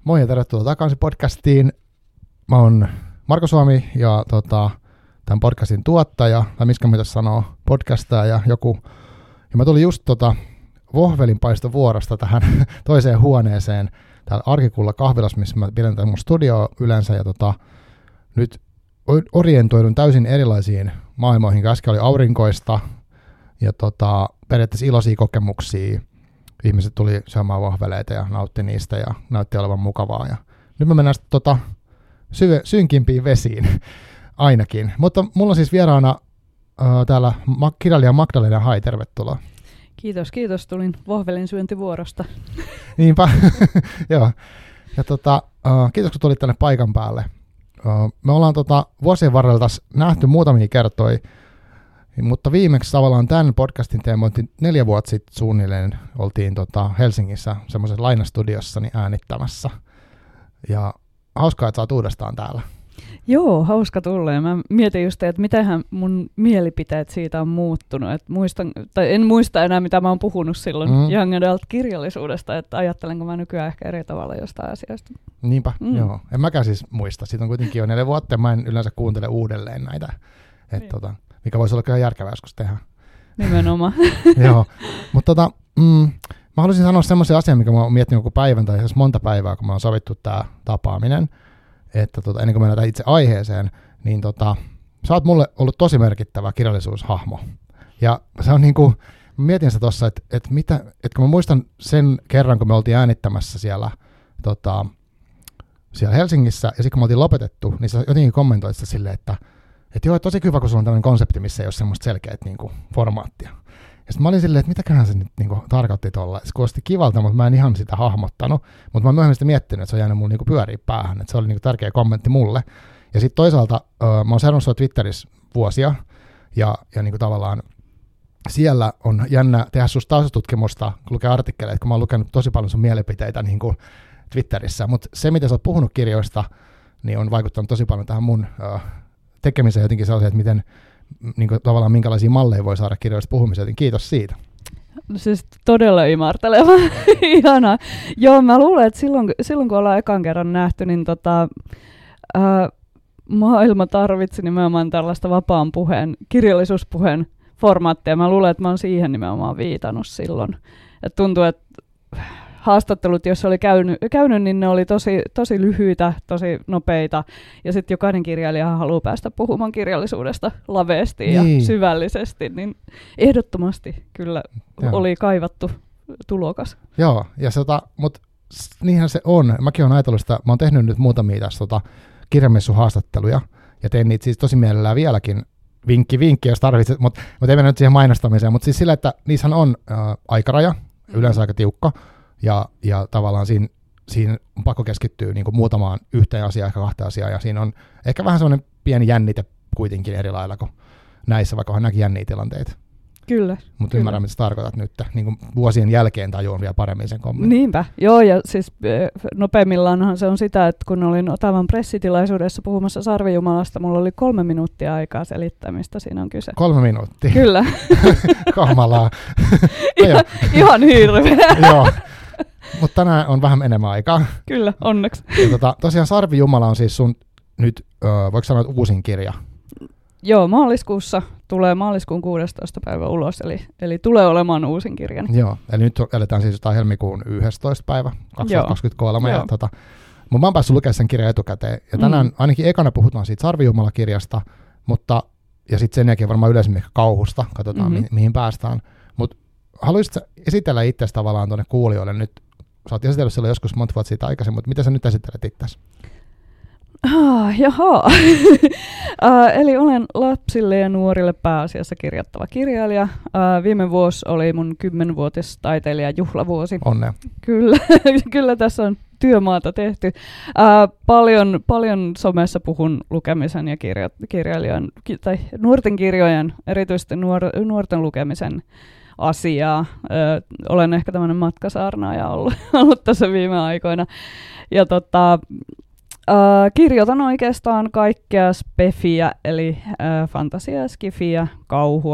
Moi ja tervetuloa takaisin podcastiin. Mä oon Marko Suomi ja tämän podcastin tuottaja, tai miskä mitä sanoo, podcastaja joku. Ja mä tulin just Vohvelinpaistovuorosta tähän toiseen huoneeseen, täällä Arkikulla kahvilassa, missä mä pidän tämän mun studioa yleensä, ja nyt orientoidun täysin erilaisiin maailmoihin. Äsken oli aurinkoista, ja periaatteessa iloisia kokemuksia. Ihmiset tuli syömään vohveleita ja nautti niistä, ja näytti olevan mukavaa. Ja nyt mä mennään synkimpiin vesiin ainakin. Mutta mulla on siis vieraana täällä kirjailija Magdalena Hai, tervetuloa. Kiitos. Tulin vohvelin syöntivuorosta. Niinpä, joo. Ja kiitos, kun tulit tänne paikan päälle. Me ollaan vuosien varrella taas nähty muutamia kertoja, mutta viimeksi tavallaan tämän podcastin teema 4 vuotta sitten suunnilleen oltiin Helsingissä semmoisessa lainastudiossa äänittämässä. Ja hauskaa, että sä oot uudestaan täällä. Joo, hauska tulla. Ja mä mietin just, että mitähän mun mielipiteet siitä on muuttunut. En muista enää, mitä mä oon puhunut silloin Young Adult-kirjallisuudesta, että ajattelenko mä nykyään ehkä eri tavalla jostain asioista. Niinpä, joo. En mäkään siis muista. Siitä on kuitenkin jo 4 vuotta ja mä en yleensä kuuntele uudelleen näitä. Mikä voisi olla kyllä järkevää joskus tehdä. Nimenomaan. Joo, mutta mä haluaisin sanoa semmoisen asian, mikä mä oon miettinyt joku päivän tai monta päivää, kun mä oon sovittu tää tapaaminen, että ennen kuin mennään itse aiheeseen, niin sä oot mulle ollut tosi merkittävä kirjallisuushahmo. Ja se on niinku, mä mietin sitä tossa, että kun mä muistan sen kerran, kun me oltiin äänittämässä siellä Helsingissä, ja sitten kun me oltiin lopetettu, niin sä jotenkin kommentoit sitä silleen, että joo, tosi hyvä, kun sulla on tämmöinen konsepti, missä ei ole semmoista selkeät niinku formaattia. Ja sitten mä olin silleen, että mitäköhän se nyt niinku tarkoitti tuolla. Se kuulosti kivalta, mutta mä en ihan sitä hahmottanut. Mutta mä oon myöhemmin sitä miettinyt, että se on jäänyt mulle niinku pyöriä päähän. Että se oli niinku tärkeä kommentti mulle. Ja sitten toisaalta mä oon seurannut sua Twitterissä vuosia. Ja niinku tavallaan siellä on jännä tehdä susta taustatutkimusta, kun lukee artikkeleita, kun mä oon lukenut tosi paljon sun mielipiteitä niinku Twitterissä. Mutta se, mitä sä oot puhunut kirjoista, niin on vaikuttanut tosi paljon tähän mun tekemiseen jotenkin sellaisia, että miten niin kuin, tavallaan minkälaisia malleja voi saada kirjoista puhumiseen, joten kiitos siitä. Siis todella imarteleva. Ihanaa. Joo, mä luulen, että silloin kun ollaan ekan kerran nähty, niin maailma tarvitsi nimenomaan tällaista vapaan puheen, kirjallisuuspuheen formaattia. Mä luulen, että mä oon siihen nimenomaan viitannut silloin. Et tuntuu, että haastattelut, jos oli käynyt, niin ne oli tosi lyhyitä, tosi nopeita. Ja sitten jokainen kirjailija haluaa päästä puhumaan kirjallisuudesta laveasti ja syvällisesti. Niin ehdottomasti kyllä oli kaivattu tulokas. Joo, ja mutta niinhän se on. Mäkin olen ajatellut sitä, mä oon tehnyt nyt muutamia tässä kirjamessuhaastatteluja, ja teen niitä siis tosi mielellään vieläkin. Vinkki, jos tarvitset, mutta ei mennä nyt siihen mainostamiseen. Mutta siis sillä, että niissähän on aikaraja, yleensä aika tiukka. Ja tavallaan siinä on pakko keskittyä niin kuin muutamaan yhteen asiaan, ehkä 2 asiaan, ja siinä on ehkä vähän semmoinen pieni jännite kuitenkin eri lailla kuin näissä, vaikka onhan näkin jänniä tilanteita. Kyllä. Mutta ymmärrän, mitä sä tarkoitat nyt. Niin kuin vuosien jälkeen tajuan vielä paremmin sen kommentin. Niinpä. Joo, ja siis nopeimmillaan se on sitä, että kun olin Otavan pressitilaisuudessa puhumassa Sarvijumalasta, mulla oli 3 minuuttia aikaa selittää, mistä siinä on kyse. 3 minuuttia? Kyllä. Kamalaa. Ihan hirveä. Joo. Mutta tänään on vähän enemmän aikaa. Kyllä, onneksi. Ja tosiaan Sarvijumala on siis sun nyt, voiko sanoa, uusin kirja? Joo, maaliskuussa tulee maaliskuun 16. päivä ulos, eli tulee olemaan uusin kirjan. Joo, eli nyt eletään siis jotain helmikuun 11. päivä 2023. Ja mä oon päässyt lukemaan sen kirjan etukäteen. Ja tänään ainakin ekana puhutaan siitä Sarvijumala-kirjasta, ja sitten sen jälkeen varmaan yleisemmin kauhusta, katsotaan mihin päästään. Mutta haluaisitko esitellä itsesi tavallaan tuonne kuulijoille nyt? Sä oot esitellyt silloin joskus monta vuotta siitä aikaisemmin, mutta miten sä nyt esittelet itsesi? Eli olen lapsille ja nuorille pääasiassa kirjoittava kirjailija. Viime vuosi oli mun 10-vuotis taiteilijajuhlavuosi. Onnea. Kyllä tässä on työmaata tehty. Paljon somessa puhun lukemisen ja kirjailijan, tai nuorten kirjojen, erityisesti nuorten lukemisen asiaa. Olen ehkä tämmöinen matkasaarnaaja ollut tässä viime aikoina. Ja kirjoitan oikeastaan kaikkea spefiä, eli fantasiaa, skifiä, kauhua,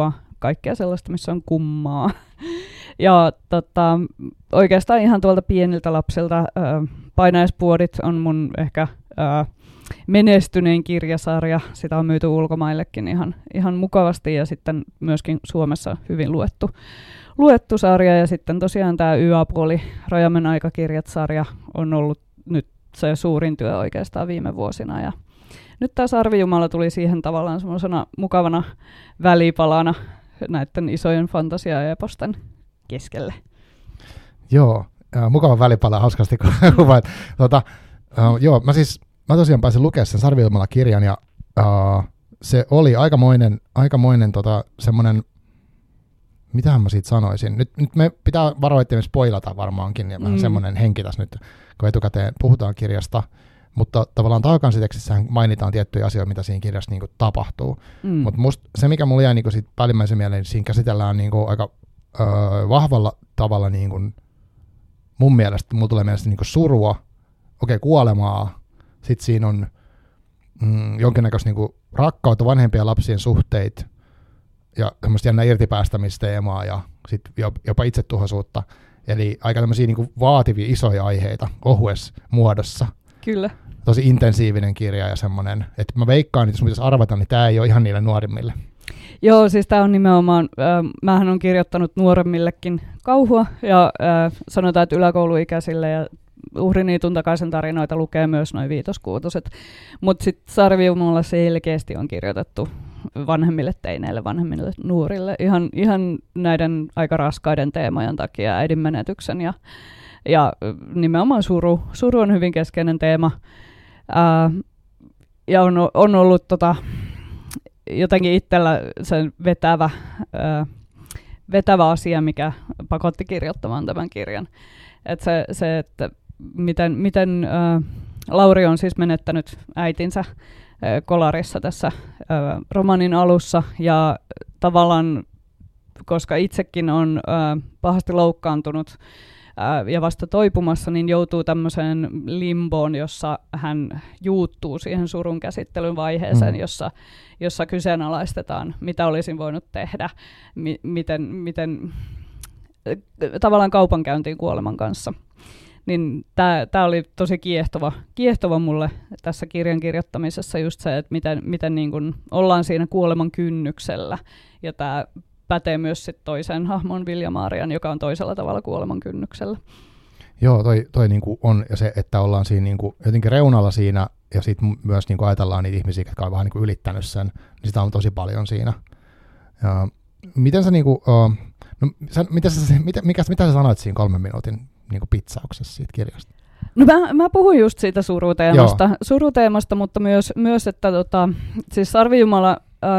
kaikkea sellaista, missä on kummaa. Ja oikeastaan ihan tuolta pieniltä lapsilta Painajaispuodit on mun ehkä menestynein kirjasarja. Sitä on myyty ulkomaillekin ihan mukavasti ja sitten myöskin Suomessa hyvin luettu sarja. Ja sitten tosiaan tämä YA-puoli Rajamen aikakirjat-sarja on ollut nyt se suurin työ oikeastaan viime vuosina. Ja nyt tämä Sarvijumala tuli siihen tavallaan semmoisena mukavana välipalana näiden isojen fantasia-eposten keskelle. Joo, mukava välipala, hauskasti kuvaat. Joo, mä tosiaan pääsin lukemaan sen Sarvijumala-kirjan ja se oli aikamoinen semmoinen, mitähän mä siitä sanoisin. Nyt me pitää varoa, ettei me spoilata varmaankin, ja vähän semmoinen henki tässä nyt, kun etukäteen puhutaan kirjasta. Mutta tavallaan taakansideksissähän mainitaan tiettyjä asioita, mitä siinä kirjassa niinku tapahtuu. Mutta se, mikä mulla jäi niinku siitä päällimmäisen mieleen, niin siinä käsitellään niinku aika vahvalla tavalla, niinku, mun mielestä, mulla tulee mielestä niinku surua, kuolemaa, sitten siinä on jonkinnäköistä niinku rakkautta, vanhempien lapsien suhteita ja semmoista jännää irtipäästämisteemaa ja sitten jopa itsetuhoisuutta. Eli aika tämmöisiä niinku vaativia isoja aiheita ohuessa muodossa. Kyllä. Tosi intensiivinen kirja ja semmoinen, että mä veikkaan, että jos pitäisi arvata, niin tämä ei ole ihan niille nuorimmille. Joo, siis tämä on nimenomaan, mähän on kirjoittanut nuoremmillekin kauhua ja sanotaan, että yläkouluikäisille ja Uhriniitun takaisen tarinoita lukee myös noin 5-6. Mutta sitten Sarvijumala selkeästi on kirjoitettu vanhemmille teineille, vanhemmille nuorille ihan näiden aika raskaiden teemojen takia, äidin menetyksen ja nimenomaan suru on hyvin keskeinen teema. Ja on ollut jotenkin itsellä sen vetävä asia, mikä pakotti kirjoittamaan tämän kirjan. Että miten Lauri on siis menettänyt äitinsä kolarissa tässä romanin alussa ja tavallaan, koska itsekin on pahasti loukkaantunut ja vasta toipumassa, niin joutuu tämmöiseen limboon, jossa hän juuttuu siihen surun käsittelyn vaiheeseen, jossa kyseenalaistetaan, mitä olisin voinut tehdä, miten tavallaan kaupankäyntiin kuoleman kanssa. Niin tämä oli tosi kiehtova mulle tässä kirjan kirjoittamisessa just se, että miten niin kun ollaan siinä kuoleman kynnyksellä. Ja tämä pätee myös sit toiseen hahmon Vilja-Maarian, joka on toisella tavalla kuoleman kynnyksellä. Joo, toi niinku on ja se, että ollaan siinä niinku jotenkin reunalla siinä ja sitten myös niinku ajatellaan niitä ihmisiä, jotka on vähän niinku ylittänyt sen, niin sitä on tosi paljon siinä. Ja miten sä niinku, mitä sä sanoit siinä 3 minuutin niinku pitsauksessa siitä kirjasta? No mä puhuin just siitä suruteemasta, mutta myös että siis Sarvijumala,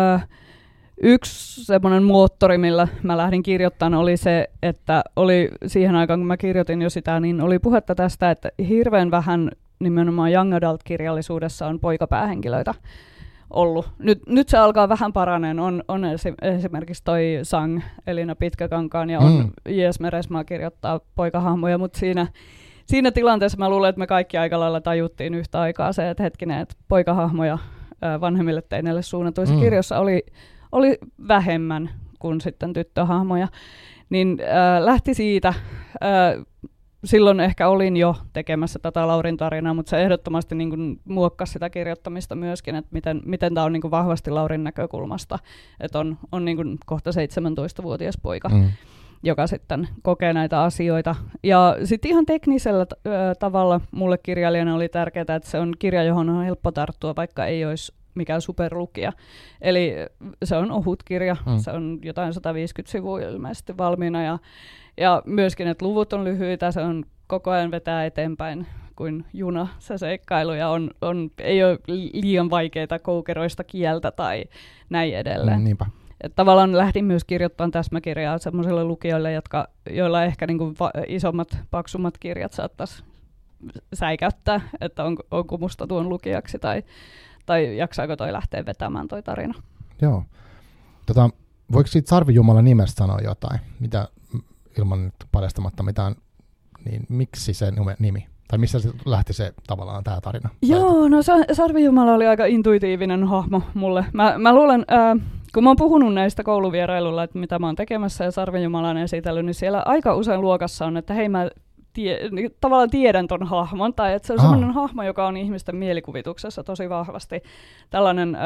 yksi semmoinen moottori, millä mä lähdin kirjoittamaan, oli se, että oli siihen aikaan, kun mä kirjoitin jo sitä, niin oli puhetta tästä, että hirveän vähän nimenomaan young adult-kirjallisuudessa on poikapäähenkilöitä ollut. Nyt se alkaa vähän paraneen. On esimerkiksi toi Sang, Elina Pitkäkankaan, ja on J.S. Meresmaa kirjoittaa poikahahmoja, mutta siinä tilanteessa mä luulen, että me kaikki aika lailla tajuttiin yhtä aikaa se, että hetkinen, että poikahahmoja vanhemmille teineille suunnatuissa kirjoissa oli vähemmän kuin sitten tyttöhahmoja. Niin lähti siitä. Silloin ehkä olin jo tekemässä tätä Laurin tarinaa, mutta se ehdottomasti niin kuin muokkasi sitä kirjoittamista myöskin, että miten tämä on niin kuin vahvasti Laurin näkökulmasta. Että on niin kuin kohta 17-vuotias poika, joka sitten kokee näitä asioita. Ja sitten ihan teknisellä tavalla mulle kirjailijana oli tärkeää, että se on kirja, johon on helppo tarttua, vaikka ei olisi mikään superlukija. Eli se on ohut kirja, se on jotain 150 sivua ilmeisesti valmiina ja myöskin, että luvut on lyhyitä, se on koko ajan vetää eteenpäin kuin juna se seikkailu ja ei ole liian vaikeita koukeroista kieltä tai näin edelleen. Niinpä. Et tavallaan lähdin myös kirjoittamaan täsmäkirjaa sellaisille lukijoille, joilla ehkä niinku isommat, paksummat kirjat saattaisi säikäyttää, että onko musta tuon lukijaksi tai jaksaako toi lähteä vetämään toi tarina. Joo. Voiko siitä Sarvijumalan nimestä sanoa jotain? Mitä, ilman nyt paljastamatta mitään, niin miksi se nimi? Tai missä se lähti se tavallaan tämä tarina? Joo, no Sarvijumala oli aika intuitiivinen hahmo mulle. Mä luulen, kun mä oon puhunut näistä kouluvierailulla, että mitä mä oon tekemässä ja Sarvenjumalan esitellyt, niin siellä aika usein luokassa on, että hei mä tavallaan tiedän ton hahmon, tai että se on sellainen hahmo, joka on ihmisten mielikuvituksessa tosi vahvasti tällainen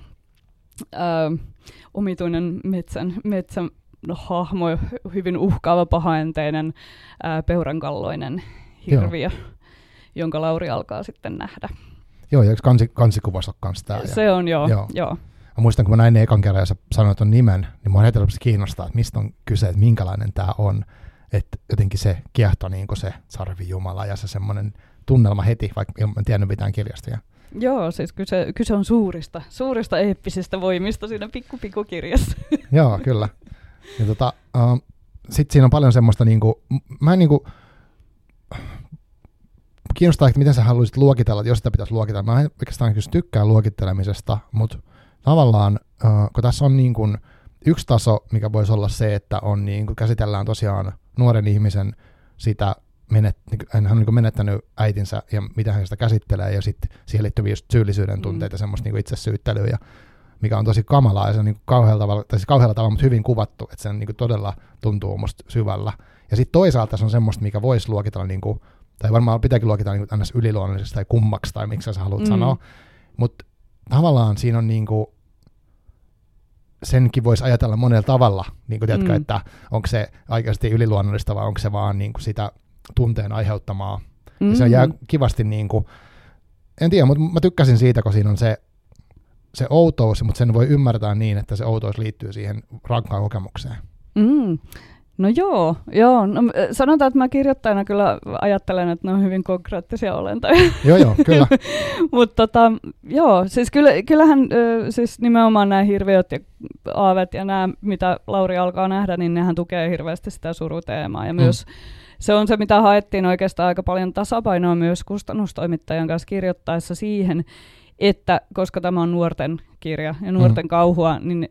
omituinen metsän hahmo, hyvin uhkaava, pahaenteinen, peurankalloinen hirviö, jonka Lauri alkaa sitten nähdä. Joo, ja eikö kansikuvassa ole kans tää? Se on, joo. Mä muistan, kun mä näin ne ekan kerran ja sä sanoit ton nimen, niin mua heti lopuksi kiinnostaa, että mistä on kyse, että minkälainen tää on. Että jotenkin se kiehtoi niin kuin se Sarvijumala ja se semmoinen tunnelma heti, vaikka en tiennyt mitään kirjastoja. Joo, siis kyse on suurista eeppisistä voimista siinä pikkukirjassa. Joo, kyllä. Ja sitten siinä on paljon semmoista, kiinnostaa, että miten sä haluaisit luokitella, että jos sitä pitäisi luokitella. Mä en oikeastaan tykkää luokittelemisesta, mutta tavallaan, kun tässä on niin kuin yksi taso, mikä voisi olla se, että on niin kuin käsitellään tosiaan nuoren ihmisen sitä, hän on niin menettänyt äitinsä ja mitä hän sitä käsittelee, ja sitten siihen liittyviä just syyllisyyden tunteita, semmoista niin itsesyyttelyä, ja mikä on tosi kamalaa, ja se on niin kauhealla tavalla, mutta hyvin kuvattu, että se niin todella tuntuu musta syvällä. Ja sitten toisaalta se on semmoista, mikä voisi luokitella, niin kuin, tai varmaan pitääkin luokitella niin ns. Yliluonnollisesta tai kummaksi, tai miksi sä haluat sanoa, mutta tavallaan siinä on niin kuin, senkin voisi ajatella monella tavalla, niin kuin tiedätkö, että onko se oikeasti yliluonnollista vai onko se vaan niin kuin sitä tunteen aiheuttamaa. Ja se jää kivasti, niin kuin, en tiedä, mutta mä tykkäsin siitä, kun siinä on se outous, mutta sen voi ymmärtää niin, että se outous liittyy siihen rankkaan kokemukseen. No joo. No, sanotaan, että mä kirjoittajana kyllä ajattelen, että ne on hyvin konkreettisia olentoja. Joo, kyllä. Mutta joo, siis kyllähän siis nimenomaan nämä hirviöt ja aavet ja nämä, mitä Lauri alkaa nähdä, niin nehän tukee hirveästi sitä suruteemaa. Ja myös se on se, mitä haettiin oikeastaan aika paljon tasapainoa myös kustannustoimittajan kanssa kirjoittaessa siihen, että koska tämä on nuorten kirja ja nuorten kauhua, niin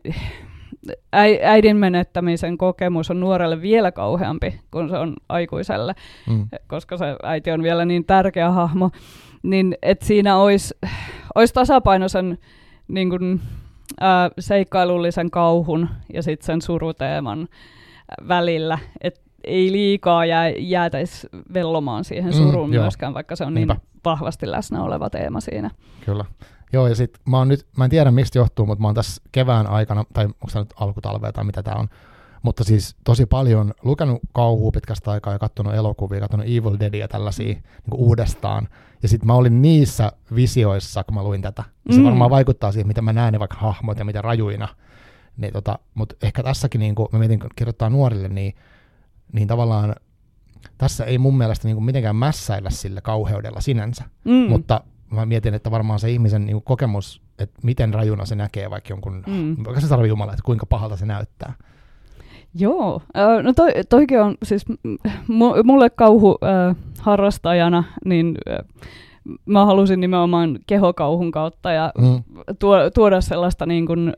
äidin menettämisen kokemus on nuorelle vielä kauheampi kuin se on aikuiselle, koska se äiti on vielä niin tärkeä hahmo, niin että siinä olisi tasapainoisen niin kuin, seikkailullisen kauhun ja sitten sen suruteeman välillä, että ei liikaa jäätäisi vellomaan siihen suruun myöskään, vaikka se on niin vahvasti läsnä oleva teema siinä. Kyllä. Joo, ja sitten mä en tiedä mistä johtuu, mutta mä oon tässä kevään aikana, tai onko tämä nyt alkutalvea tai mitä tämä on, mutta siis tosi paljon lukenut kauhua pitkästä aikaa ja katsonut elokuvia, katsonut Evil Deadia tällaisia niin kuin uudestaan. Ja sitten mä olin niissä visioissa, kun mä luin tätä. Ja se varmaan vaikuttaa siihen, mitä mä näen ne vaikka hahmot ja mitä rajuina. Niin, mutta ehkä tässäkin, niin kun mä mietin kirjoittaa nuorille, niin tavallaan tässä ei mun mielestä niin kuin mitenkään mässäillä sillä kauheudella sinänsä, mutta mä mietin, että varmaan se ihmisen niin kuin kokemus, että miten rajuna se näkee vaikka jonkun, vaikka se Sarvijumala, että kuinka pahalta se näyttää. Joo, no toikin on siis mulle kauhu harrastajana, niin mä halusin nimenomaan kehokauhun kautta ja tuoda sellaista niin kuin,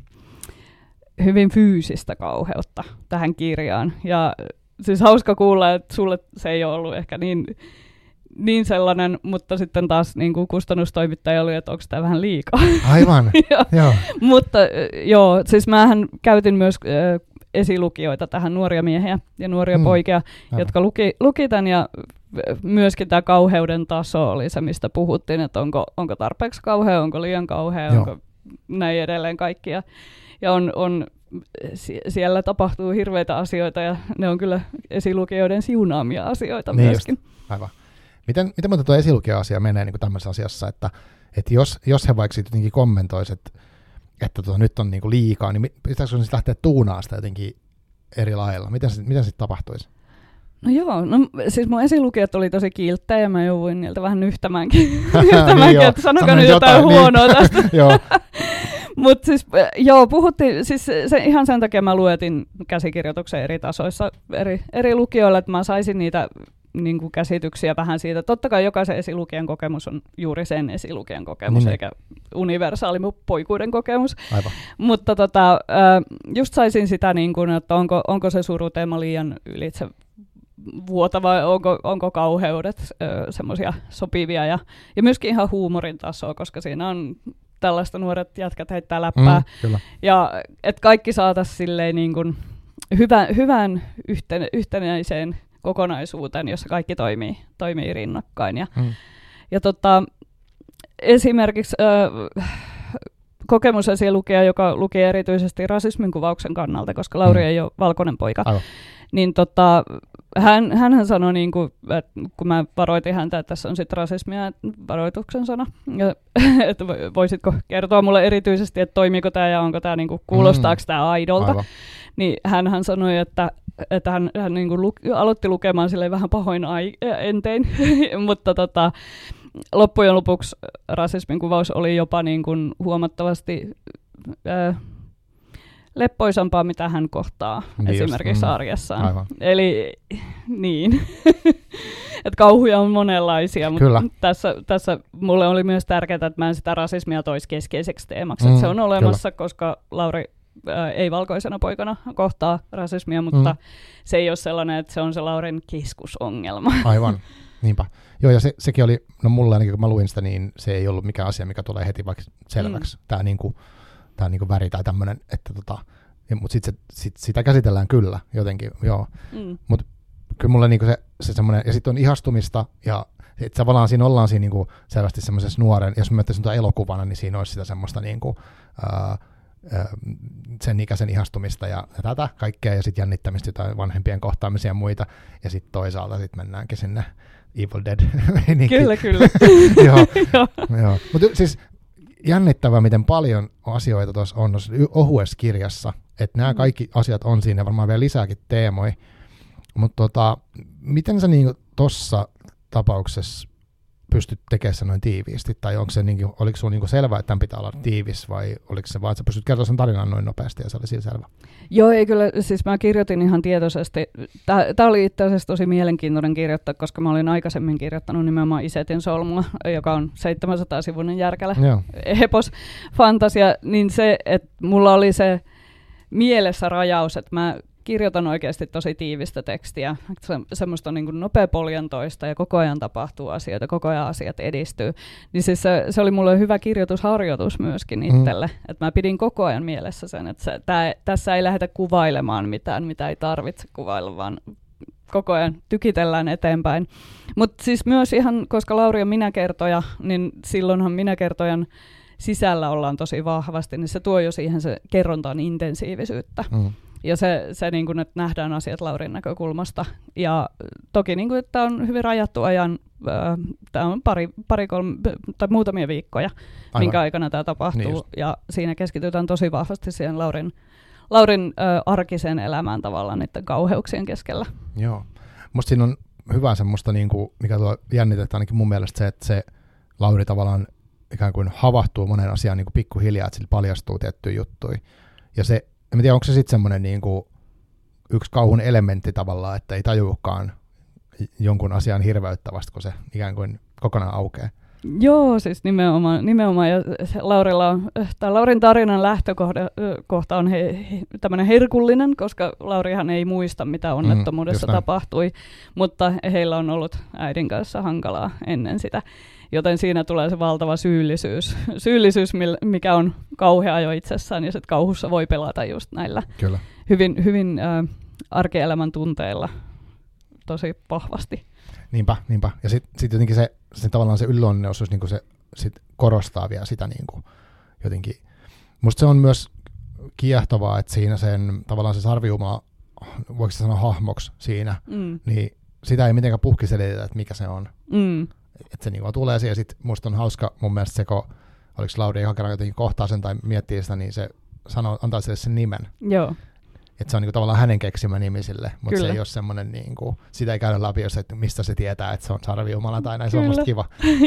hyvin fyysistä kauheutta tähän kirjaan. Ja siis hauska kuulla, että sulle se ei ole ollut ehkä niin sellainen, mutta sitten taas niin kuin kustannustoimittaja oli, että onko tämä vähän liikaa. Aivan, joo. Mutta joo, siis mähän käytin myös esilukijoita tähän, nuoria miehiä ja nuoria poikia, jotka luki tämän, ja myöskin tämä kauheuden taso oli se, mistä puhuttiin, että onko tarpeeksi kauhea, onko liian kauhea, onko näin edelleen kaikkia. Ja siellä tapahtuu hirveitä asioita, ja ne on kyllä esilukijoiden siunaamia asioita niin myöskin. Just. Aivan. Miten tuo esilukija-asia menee niin kuin tämmöisessä asiassa, että jos he vaikka jotenkin kommentoisivat, että nyt on niin kuin liikaa, niin pitäisikö sitten lähteä tuunaamaan sitä jotenkin eri lailla? Miten sitten tapahtuisi? No joo, siis mun esilukijat oli tosi kilttejä ja mä jouduin niiltä vähän nyhtämäänkin, että sanokaa nyt jotain huonoa tästä. Mutta siis joo, puhuttiin, siis se ihan sen takia mä luetin käsikirjoituksen eri tasoissa eri lukijoille, että mä saisin niitä niin kuin käsityksiä vähän siitä. Totta kai jokaisen esilukijan kokemus on juuri sen esilukijan kokemus, eikä universaali poikuuden kokemus. Aivan. Mutta just saisin sitä, niin kuin, että onko se suruteema liian ylitse vuotava, vai onko kauheudet semmoisia sopivia, ja myöskin ihan huumorin tasoa, koska siinä on tällaista nuoret jätkät heittää läppää. Kyllä. Ja että kaikki saataisiin silleen niin kuin hyvään yhtenäiseen kokonaisuuteen, jossa kaikki toimii rinnakkain. Ja esimerkiksi kokemusasialukija, joka luki erityisesti rasismin kuvauksen kannalta, koska Lauri ei ole valkoinen poika, niin hän sanoi, niin kuin, että kun mä varoitin häntä, että tässä on sitten rasismia, varoituksen sana, että voisitko kertoa mulle erityisesti, että toimiiko tämä ja onko tämä, niin kuin, kuulostaako tämä aidolta, Aivan. niin hän sanoi, että hän niin kuin aloitti lukemaan silleen vähän pahoin entein, mutta loppujen lopuksi rasismin kuvaus oli jopa niin kuin huomattavasti leppoisampaa, mitä hän kohtaa niin esimerkiksi arjessaan. Aivan. Eli niin, että kauhuja on monenlaisia, mutta tässä mulle oli myös tärkeää, että mä en sitä rasismia toisi keskeiseksi teemaksi. Se on olemassa, koska Lauri ei valkoisena poikana kohtaa rasismia, mutta se ei ole sellainen, että se on se Laurin keskusongelma. Aivan, niinpä. Joo, ja sekin oli, no mulla ainakin kun mä luin sitä, niin se ei ollut mikään asia, mikä tulee heti vaikka selväksi. Tämä niinku väri tai tämmöinen, että mutta sitten sitä käsitellään kyllä jotenkin, joo. Mutta kyllä mulla niinku se semmoinen, ja sitten on ihastumista, ja että tavallaan siinä ollaan siinä niinku selvästi semmoisessa nuoren, jos mä miettisin tuota elokuvana, niin siinä olisi sitä semmoista niinku, sen ikäisen ihastumista ja tätä kaikkea, ja sitten jännittämistä jotain vanhempien kohtaamisia ja muita, ja sitten toisaalta sitten mennäänkin sinne Evil Dead. Kyllä. Joo. Mutta siis jännittävää, miten paljon asioita tuossa on ohuessa kirjassa, että nämä kaikki asiat on siinä, varmaan vielä lisääkin teemoja, mutta miten sä niinku tuossa tapauksessa pystyt tekemään sen noin tiiviisti, tai oliko sinulla niinku selvää, että tämän pitää olla tiivis, vai oliko se vaan, että sä pystyt kertomaan sen tarinan noin nopeasti, ja se oli siinä selvä? Joo, ei kyllä, siis mä kirjoitin ihan tietoisesti. Tämä oli itse asiassa tosi mielenkiintoinen kirjoittaa, koska mä olin aikaisemmin kirjoittanut nimenomaan Isetin solmua, joka on 700-sivuinen järkälä epos fantasia, niin se, että mulla oli se mielessä rajaus, että mä kirjoitan oikeasti tosi tiivistä tekstiä, semmoista niin kuin nopeapoljantoista ja koko ajan tapahtuu asioita, koko ajan asiat edistyy. Niin siis se oli mulle hyvä kirjoitusharjoitus myöskin itselle, että mä pidin koko ajan mielessä sen, että tässä ei lähdetä kuvailemaan mitään, mitä ei tarvitse kuvailla, vaan koko ajan tykitellään eteenpäin. Mutta siis myös ihan, koska Lauri on minäkertoja, niin silloinhan minäkertojan sisällä ollaan tosi vahvasti, niin se tuo jo siihen se kerrontaan intensiivisyyttä. Ja se niin kuin, että nähdään asiat Laurin näkökulmasta. Ja toki, niin kuin, että tämä on hyvin rajattu ajan, tämä on tai muutamia viikkoja, minkä aikana tämä tapahtuu. Niin ja siinä keskitytään tosi vahvasti siihen Laurin arkiseen elämään tavallaan niiden kauheuksien keskellä. Joo. Musta siinä on hyvä semmoista, niin kuin, mikä tuo jännitettä ainakin mun mielestä se, että se Lauri tavallaan ikään kuin havahtuu monen asiaan niin kuin pikkuhiljaa, että sillä paljastuu tiettyjä juttuja. Ja se, en tiedä, onko se sitten semmoinen niin kuin yksi kauhun elementti tavallaan, että ei tajuukaan jonkun asian hirveyttävästi, kun se ikään kuin kokonaan aukeaa. Joo, siis nimenomaan. Ja Laurin tarinan lähtökohta on tämmöinen herkullinen, koska Laurihan ei muista, mitä onnettomuudessa tapahtui, mutta heillä on ollut äidin kanssa hankalaa ennen sitä. Joten siinä tulee se valtava syyllisyys, mikä on kauhea jo itsessään, ja sitten kauhussa voi pelata just näillä hyvin arkielämän tunteilla tosi vahvasti. Niinpä. Ja sitten jotenkin se tavallaan se yliluonnollinen niin se sit korostaa vielä sitä niin kuin jotenkin. Musta se on myös kiehtovaa, että siinä sen tavallaan se Sarviuma, voiko se sanoa hahmoksi siinä, niin sitä ei mitenkään puhkiselitetä, että mikä se on. Että se niin kuin tulee siihen, ja sitten musta on hauska mun mielestä se, kun oliko Lauri ihan kerran jotenkin kohtaa sen tai miettii sitä, niin se antaa sille sen nimen. Joo. Että se on niinku tavallaan hänen keksimä nimi sille, mutta se ei ole semmoinen, niinku, sitä ei käydä läpi, että mistä se tietää, että se on Sarvijumala tai näin, se on musta kiva.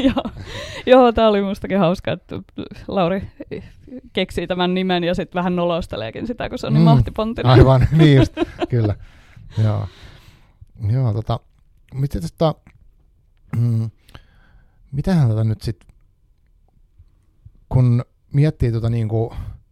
Joo, tämä oli mustakin hauska, että Lauri keksii tämän nimen ja sitten vähän nolosteleekin sitä, kun se on niin mahtipontinen. Aivan, niin just, kyllä. Joo, mitähän tätä nyt sitten, kun miettii niinku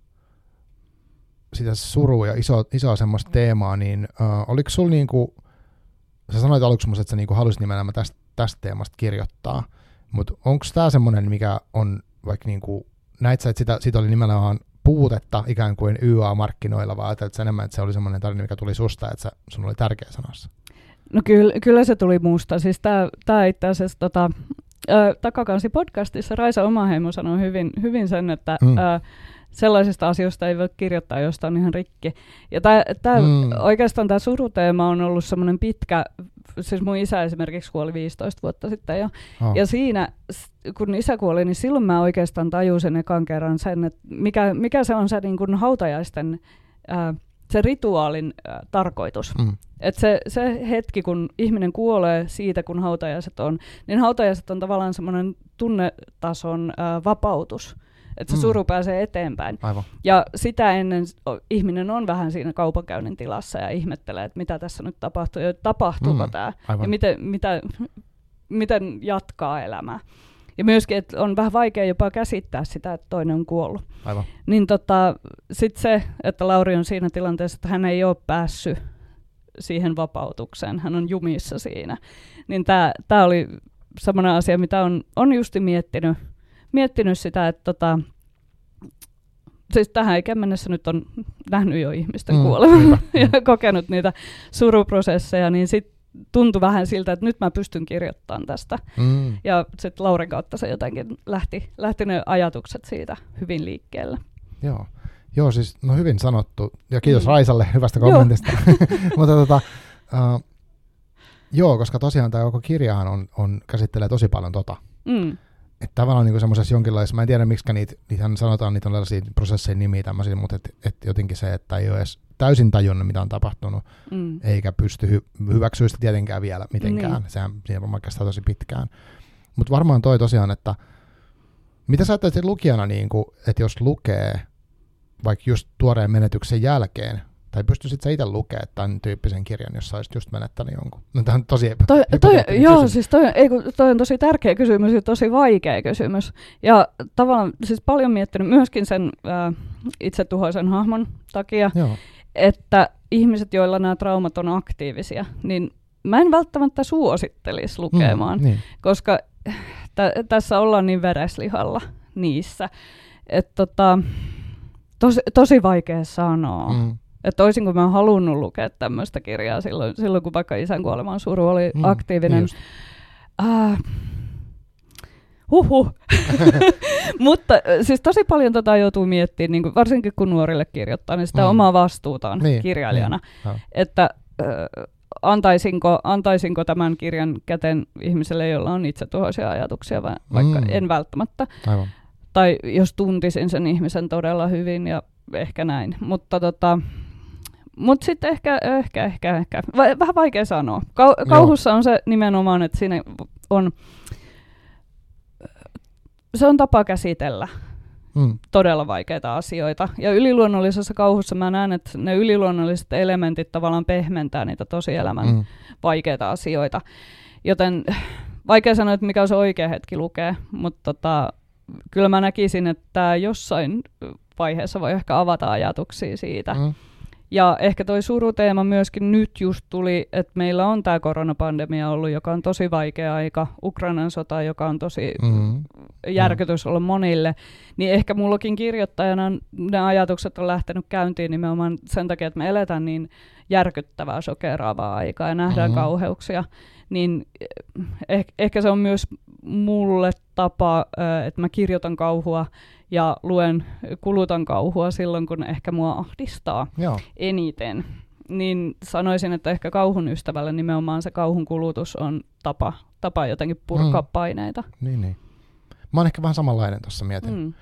sitä surua ja isoa semmoista teemaa, niin oliko sulla niinku, sä sanoit aluksi musta, että sä niinku halusit nimenomaan tästä teemasta kirjoittaa, mutta onko tämä semmoinen, mikä on vaikka niinku näit sä, että siitä oli nimenomaan puutetta ikään kuin YA-markkinoilla, vaan ajattelit enemmän, että se oli semmoinen tarina, mikä tuli susta, että sun oli tärkeä sanoa. No kyllä se tuli musta. Siis tää itse asiassa Takakansi-podcastissa Raisa Omaheimo sanoi hyvin sen, että sellaisista asioista ei voi kirjoittaa, josta on ihan rikki. Ja oikeastaan tämä suruteema on ollut semmoinen pitkä, siis mun isä esimerkiksi kuoli 15 vuotta sitten jo. Ja siinä, kun isä kuoli, niin silloin mä oikeastaan tajusin ekan kerran sen, että mikä se on se niin kuin hautajaisten, se rituaalin tarkoitus. Että se hetki, kun ihminen kuolee siitä, kun hautajaiset on, niin hautajaiset on tavallaan semmoinen tunnetason vapautus. Että se suru pääsee eteenpäin. Aivan. Ja sitä ennen ihminen on vähän siinä kaupankäynnin tilassa ja ihmettelee, että mitä tässä nyt tapahtuu ja tapahtuuko tämä ja miten jatkaa elämää. Ja myöskin, että on vähän vaikea jopa käsittää sitä, että toinen on kuollut. Aivan. Niin sitten se, että Lauri on siinä tilanteessa, että hän ei ole päässyt siihen vapautukseen, hän on jumissa siinä. Niin tämä oli semmoinen asia, mitä on justi miettinyt sitä, että siis tähän ikään mennessä nyt on nähnyt jo ihmisten kuolevan ja kokenut niitä suruprosesseja, niin sitten tuntui vähän siltä, että nyt mä pystyn kirjoittamaan tästä. Ja sitten Lauren kautta se jotenkin lähti ne ajatukset siitä hyvin liikkeelle. Joo, siis no hyvin sanottu. Ja kiitos Raisalle hyvästä kommentista. Mutta koska tosiaan tämä koko kirjahan käsittelee tosi paljon Että tavallaan niin semmoisessa jonkinlaisessa, mä en tiedä miksi niitähän sanotaan, niitä on tällaisia prosesseja nimiä tämmöisiä, mutta et jotenkin se, että ei ole edes täysin tajunnut, mitä on tapahtunut, eikä pysty hyväksyä sitä tietenkään vielä mitenkään. Sehän siinä varmaan kestää tosi pitkään. Mutta varmaan toi tosiaan, että mitä sä ajattelet lukijana, niin kuin, että jos lukee vaikka just tuoreen menetyksen jälkeen, tai pystyisit sä itse lukemaan tämän tyyppisen kirjan, jos sä olisit just menettänyt jonkun? No tämä on tosi toi on tosi tärkeä kysymys ja tosi vaikea kysymys. Ja tavallaan siis paljon miettinyt myöskin sen itsetuhoisen hahmon takia, että ihmiset, joilla nämä traumat on aktiivisia, niin mä en välttämättä suosittelisi lukemaan, koska tässä ollaan niin vereslihalla niissä, että tosi vaikea sanoa. Että olisin kun mä oon halunnut lukea tämmöistä kirjaa silloin, kun vaikka isän kuoleman suru oli aktiivinen. Mutta siis tosi paljon joutuu miettimään, niin kuin, varsinkin kun nuorille kirjoittaa, niin sitä omaa vastuutaan kirjailijana. Että antaisinko tämän kirjan käteen ihmiselle, jolla on itsetuhoisia ajatuksia, vaikka en välttämättä. Aivan. Tai jos tuntisin sen ihmisen todella hyvin ja ehkä näin. Mutta sitten ehkä. Vähän vaikea sanoa. Kauhussa on se nimenomaan, että siinä se on tapa käsitellä todella vaikeita asioita. Ja yliluonnollisessa kauhussa mä näen, että ne yliluonnolliset elementit tavallaan pehmentää niitä tosielämän vaikeita asioita. Joten vaikea sanoa, että mikä on se oikea hetki lukea, mutta kyllä mä näkisin, että jossain vaiheessa voi ehkä avata ajatuksia siitä. Ja ehkä toi suruteema myöskin nyt just tuli, että meillä on tämä koronapandemia ollut, joka on tosi vaikea aika, Ukrainan sota, joka on tosi järkytys ollut monille, niin ehkä mullakin kirjoittajana ne ajatukset on lähtenyt käyntiin nimenomaan sen takia, että me eletään niin järkyttävää, shokeraavaa aikaa ja nähdään kauheuksia, niin ehkä se on myös mulle tapa, että mä kirjoitan kauhua ja kulutan kauhua silloin, kun ehkä mua ahdistaa eniten. Niin sanoisin, että ehkä kauhun ystävälle nimenomaan se kauhun kulutus on tapa jotenkin purkaa paineita. Niin. Mä oon ehkä vähän samanlainen tuossa mietin.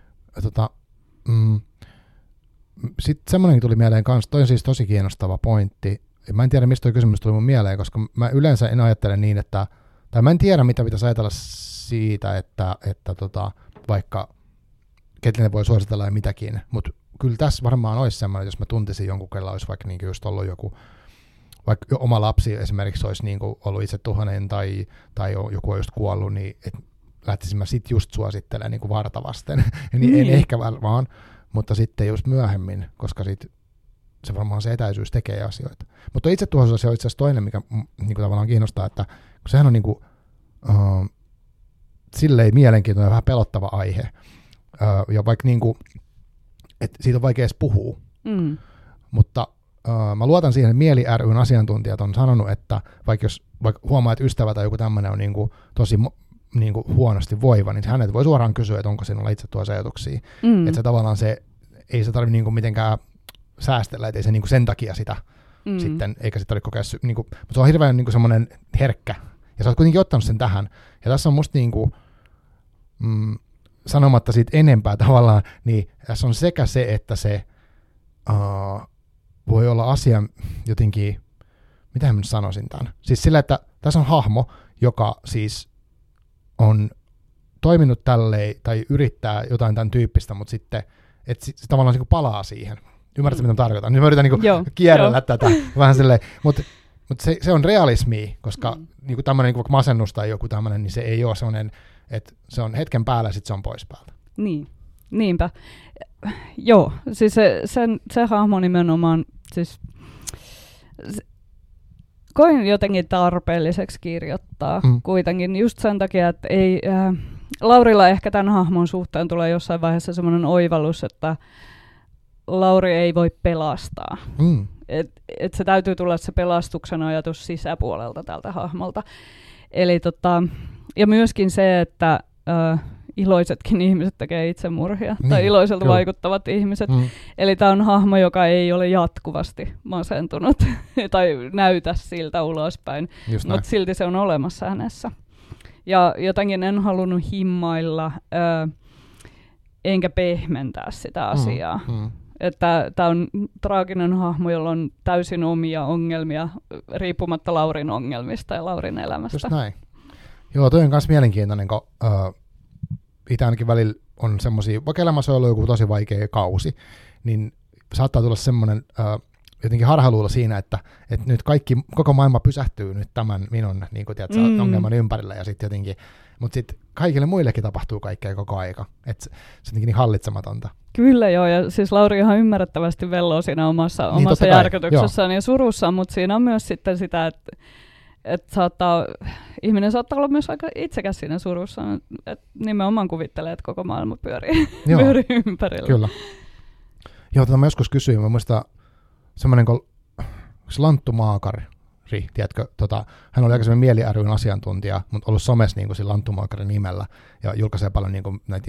Sitten semmoinenkin tuli mieleen kanssa, toi on siis tosi kiinnostava pointti. Mä en tiedä, mistä toi kysymys tuli mun mieleen, koska mä yleensä en ajattele niin, tai mä en tiedä, mitä pitäisi ajatella siitä, että vaikka ketille voi suositella ja mitäkin, mutta kyllä tässä varmaan olisi semmoinen, jos mä tuntisin jonkun, kella olisi vaikka niin just ollut joku, vaikka oma lapsi esimerkiksi olisi niin ollut itse tuhannen tai joku on just kuollut, niin lähtisin mä sit just suosittelemaan niin vartavasten, niin en ehkä vaan, mutta sitten just myöhemmin, koska sit se varmaan se etäisyys tekee asioita. Mutta itse tuhoisuus on itse asiassa toinen, mikä niin tavallaan kiinnostaa, että sehän on silleen mielenkiintoinen ja vähän pelottava aihe. ja vaikka niinku, että siitä on vaikea edes puhua. Mutta mä luotan siihen, että Mieli ry:n asiantuntijat on sanonut, että vaikka huomaa, että ystävä tai joku tämmöinen on niinku tosi niinku huonosti voiva, niin hänet voi suoraan kysyä, että onko sinulla itse tuossa ajatuksia. Että se tavallaan ei se tarvitse niinku mitenkään säästellä, että ei se niinku sen takia sitä sitten, eikä sitä ole kokea, niinku, mutta se on hirveän niinku semmoinen herkkä, ja sä oot kuitenkin ottanut sen tähän, ja tässä on musta niinku, sanomatta siitä enempää tavallaan, niin tässä on sekä se, että se voi olla asia jotenkin, mitä mä nyt sanoisin tämän, siis sillä, että tässä on hahmo, joka siis on toiminut tälleen, tai yrittää jotain tämän tyyppistä, mutta sitten, että se tavallaan se palaa siihen. Ymmärrätkö, mitä mä tarkoitan? Nyt mä yritän kierrellä tätä vähän silleen, mutta se on realismia, koska niinku tämmöinen niinku masennus tai joku tämmöinen, niin se ei ole sellainen, että se on hetken päällä ja sitten se on pois päältä. Niin, niinpä. Joo, siis se hahmo nimenomaan, siis koin jotenkin tarpeelliseksi kirjoittaa kuitenkin just sen takia, että ei, Laurilla ehkä tämän hahmon suhteen tulee jossain vaiheessa semmoinen oivallus, että Lauri ei voi pelastaa. Et se täytyy tulla se pelastuksen ajatus sisäpuolelta tältä hahmolta. Eli ja myöskin se, että iloisetkin ihmiset tekee itsemurhia, tai iloiselta vaikuttavat ihmiset. Eli tämä on hahmo, joka ei ole jatkuvasti masentunut, tai näytä siltä ulospäin, mutta silti se on olemassa hänessä. Ja jotenkin en halunnut himmailla, enkä pehmentää sitä asiaa. Että tämä on traaginen hahmo, jolla on täysin omia ongelmia, riippumatta Laurin ongelmista ja Laurin elämästä. Just näin. Joo, toi on myös mielenkiintoinen, kun itse ainakin välillä on semmoisia, vaikka elämässä on ollut joku tosi vaikea kausi, niin saattaa tulla semmoinen jotenkin harhaluulo siinä, että nyt koko maailma pysähtyy nyt tämän minun niin kuin, tiedätkö, ongelman ympärillä, ja sitten jotenkin, mutta sitten kaikille muillekin tapahtuu kaikkea koko aika, että se on jotenkin niin hallitsematonta. Kyllä joo, ja siis Lauri ihan ymmärrettävästi velloo siinä omassa järkytyksessään ja surussaan, mutta siinä on myös sitten sitä, että ihminen saattaa olla myös aika itsekäs siinä surussa, että nimenomaan kuvittelee, että koko maailma pyörii ympärillä. Kyllä. Joo, mä joskus kysyin, mä muistan semmoinen kuin Lanttu Maakari, tiedätkö, hän oli aikaisemmin Mieli ry:n asiantuntija, mutta ollut somessa niin kuin Lanttu Maakarin nimellä ja julkaisee paljon niin kuin, näitä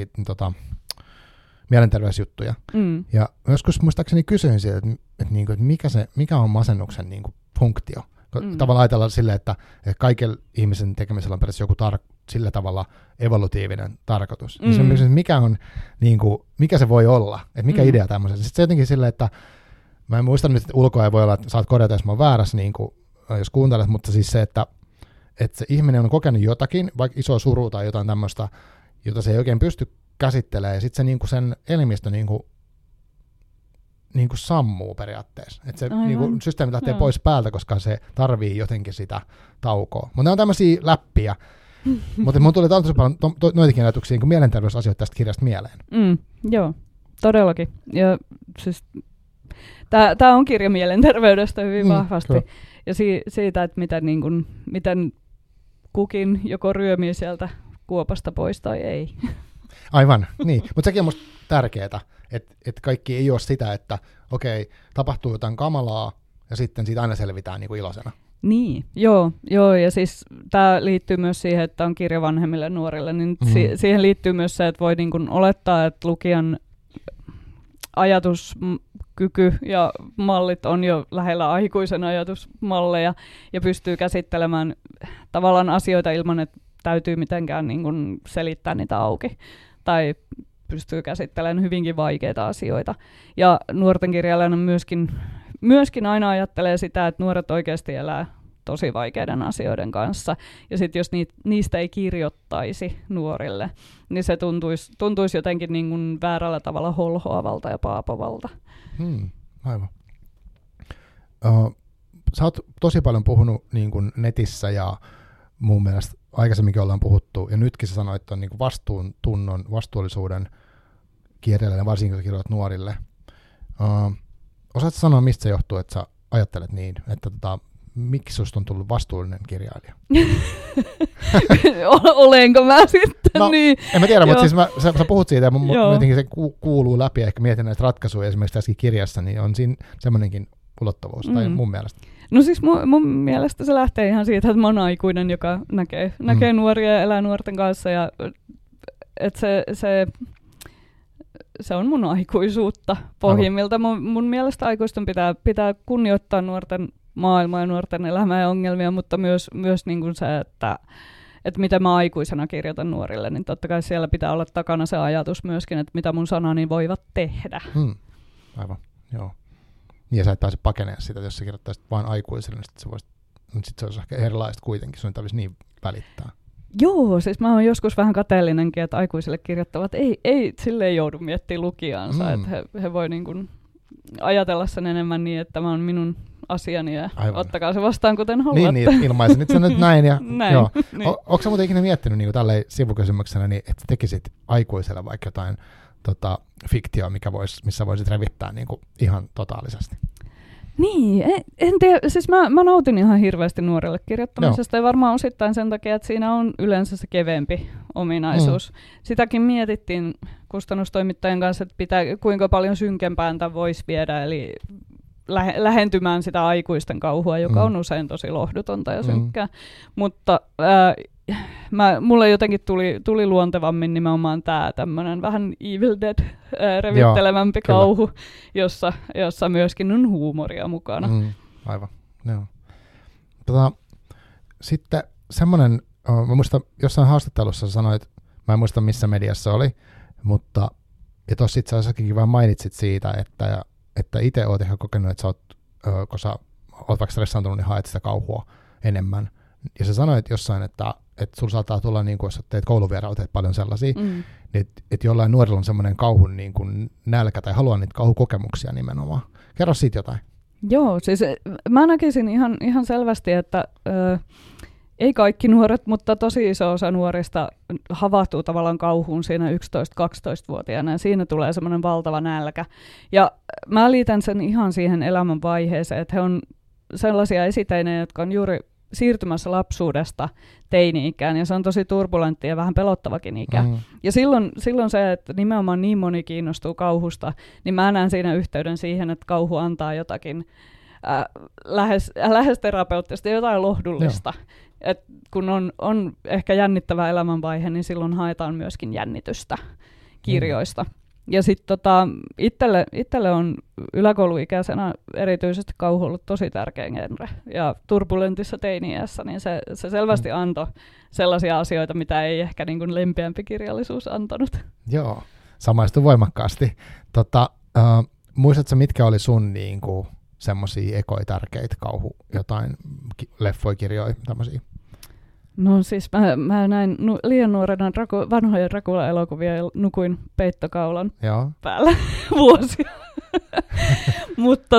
mielenterveysjuttuja. Ja joskus muistaakseni kysyin siitä, että mikä on masennuksen niin kuin funktio. Tavallaan ajatellaan silleen, että kaikilla ihmisen tekemisellä on periaatteessa joku sillä tavalla evolutiivinen tarkoitus. Niin mikä on, niin kuin, mikä se voi olla, että mikä idea tämmöisessä. Sitten se jotenkin silleen, että mä en muista nyt, että ulkoa ei voi olla, että saat korjata, jos mä oon väärässä, niin kuin, jos kuuntelet, mutta siis se, että se ihminen on kokenut jotakin, vaikka iso suru tai jotain tämmöistä, jota se ei oikein pysty käsittelemään, ja sitten se niin kuin sen elimistö niin kuin sammuu periaatteessa. Että se niin systeemi lähtee pois päältä, koska se tarvii jotenkin sitä taukoa. Mutta ne on tämmöisiä läppiä. Mutta mun tuli tosi paljon noitakin ajatuksia niin mielenterveysasioita tästä kirjasta mieleen. Joo, todellakin. Ja siis tämä on kirja mielenterveydestä hyvin vahvasti. Kyllä. Ja siitä, että miten kukin joko ryömii sieltä kuopasta pois tai ei. Aivan, niin. Mutta sekin on musta tärkeää, että kaikki ei ole sitä, että okei, tapahtuu jotain kamalaa ja sitten siitä aina selvitään niin kuin iloisena. Niin, joo, ja siis tämä liittyy myös siihen, että on kirja vanhemmille nuorille, niin siihen liittyy myös se, että voi niin kuin olettaa, että lukijan ajatuskyky ja mallit on jo lähellä aikuisen ajatusmalleja ja pystyy käsittelemään tavallaan asioita ilman, että täytyy mitenkään niin kuin selittää niitä auki tai pystyy käsittelemään hyvinkin vaikeita asioita. Ja nuorten kirjailijana myöskin aina ajattelee sitä, että nuoret oikeasti elää tosi vaikeiden asioiden kanssa. Ja sitten jos niistä ei kirjoittaisi nuorille, niin se tuntuisi jotenkin niin kuin väärällä tavalla holhoavalta ja paapovalta. Aivan. Sä oot tosi paljon puhunut niin kuin netissä ja mun mielestä aikaisemminkin ollaan puhuttu, ja nytkin sä sanoit, että on niin kuin vastuuntunnon, vastuullisuuden kirjailijalle, varsinkin kun kirjoitat nuorille. Osaatko sanoa, mistä se johtuu, että sä ajattelet niin, että miksi susta on tullut vastuullinen kirjailija? Olenko mä sitten? No, niin, en mä tiedä, mutta siis sä puhut siitä, ja jotenkin se kuuluu läpi, ja ehkä mietin näistä ratkaisuja esimerkiksi tässä kirjassa, niin on siinä semmoinenkin ulottuvuus, tai mun mielestä. No siis mun mielestä se lähtee ihan siitä, että mä oon aikuinen, joka näkee nuoria ja elää nuorten kanssa, ja että se on mun aikuisuutta pohjimmilta. Mun mielestä aikuisten pitää kunnioittaa nuorten maailmaa ja nuorten elämää ja ongelmia, mutta myös niin kuin se, että mitä mä aikuisena kirjoitan nuorille, niin totta kai siellä pitää olla takana se ajatus myöskin, että mitä mun sanani voivat tehdä. Aivan, joo. Ja sä et pääse pakenemaan sitä, jos sä kirjoittaisit vain aikuisille, niin sit se olisi ehkä erilaista kuitenkin, sun ei tarvitsisi niin välittää. Joo, siis mä oon joskus vähän kateellinenkin, että aikuisille kirjoittavat ei silleen joudu miettimään lukijaansa, että he voi niin kuin ajatella sen enemmän niin, että tämä on minun asiani ja ottakaa se vastaan kuten haluatte. Niin, ilmaisen nyt sen nyt näin. Ja, näin joo. niin. Onko sä muuten ikinä miettinyt niin tälleen sivukysymyksenä, niin, että tekisit aikuiselle vaikka jotain fiktioa, missä voisit revittää niin kuin ihan totaalisesti? Niin, en tiedä. Siis mä nautin ihan hirveästi nuorelle kirjoittamisesta ja varmaan osittain sen takia, että siinä on yleensä se keveempi ominaisuus. Sitäkin mietittiin kustannustoimittajan kanssa, että kuinka paljon synkempään tämän voisi viedä, eli lähentymään sitä aikuisten kauhua, joka on usein tosi lohdutonta ja synkkää. Mutta mulle jotenkin tuli luontevammin nimenomaan tämä tämmöinen vähän Evil Dead revittelevämpi kauhu, jossa myöskin on huumoria mukana. Aivan, joo. Sitten semmoinen, mä muistan jossain haastattelussa sanoit, mä en muista missä mediassa oli, mutta ja tuossa itse asiassa vaan mainitsit siitä, että itse oot ihan kokenut, että sä oot, kun sä oot vaikka stressaantunut, niin haet sitä kauhua enemmän. Ja sä sanoit jossain, että sulla saattaa tulla, niin kuin, jos teet kouluvierailuja, teet paljon sellaisia, niin että jollain nuorilla on semmoinen kauhun niin kuin nälkä tai haluaa niitä kauhukokemuksia nimenomaan. Kerro siitä jotain. Joo, siis mä näkisin ihan selvästi, että ei kaikki nuoret, mutta tosi iso osa nuorista havahtuu tavallaan kauhuun siinä 11-12-vuotiaana ja siinä tulee semmoinen valtava nälkä. Ja mä liitän sen ihan siihen elämän vaiheeseen, että he on sellaisia esiteinejä, jotka on juuri siirtymässä lapsuudesta teini-ikään, ja se on tosi turbulentti ja vähän pelottavakin ikä. Ja silloin se, että nimenomaan niin moni kiinnostuu kauhusta, niin mä näen siinä yhteyden siihen, että kauhu antaa jotakin lähes terapeuttista, jotain lohdullista. Et kun on ehkä jännittävä elämänvaihe, niin silloin haetaan myöskin jännitystä kirjoista. Ja sitten itselle on yläkouluikäisenä erityisesti kauhu ollut tosi tärkeä genre. Ja turbulentissa teini-iässä, niin se selvästi antoi sellaisia asioita, mitä ei ehkä niin kuin lempeämpi kirjallisuus antanut. Joo, samaistui voimakkaasti. Muistatko, mitkä oli sun niin kuin semmoisia ekoja tärkeitä kauhu, jotain leffoja, kirjoja, tämmöisiä? No siis mä näin liian nuorena vanhoja Dracula-elokuvia ja nukuin peittokaulan päällä vuosia. Mutta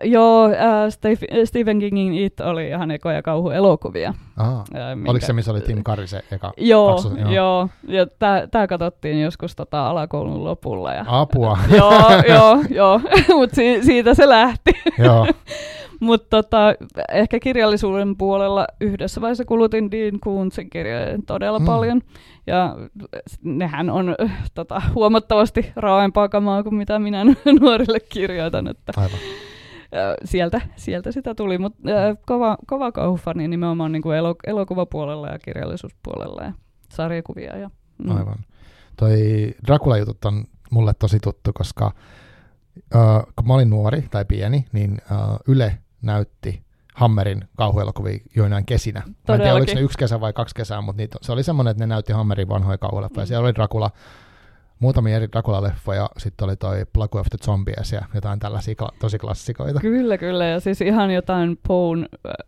Stephen Kingin It oli ihan ekoja kauhuelokuvia. Oliko se, missä oli Tim Curry se eka? Joo. Ja tää katsottiin joskus alakoulun lopulla. Ja, apua. joo. Mutta siitä se lähti. Joo. Mutta ehkä kirjallisuuden puolella yhdessä vaiheessa kulutin Dean Koontzin kirjoja todella paljon. Ja nehän on huomattavasti raaempaa kamaa kuin mitä minä nuorille kirjoitan. Että sieltä sitä tuli, mutta kova kauhufani nimenomaan niin kuin elokuvapuolella ja kirjallisuuspuolella ja sarjakuvia. Aivan. Toi Dracula-jutut on mulle tosi tuttu, koska kun mä olin nuori tai pieni, niin Yle näytti Hammerin kauhuelokuvia joinain kesinä. Mä en tiedä, oliko ne 1 kesä vai 2 kesää, mutta se oli semmoinen, että ne näytti Hammerin vanhoja kauhuleffoja. Siellä oli Dracula, muutamia eri Dracula-leffoja, sitten oli toi Plague of the Zombies ja jotain tällaisia tosi klassikoita. Kyllä, ja siis ihan jotain Poen,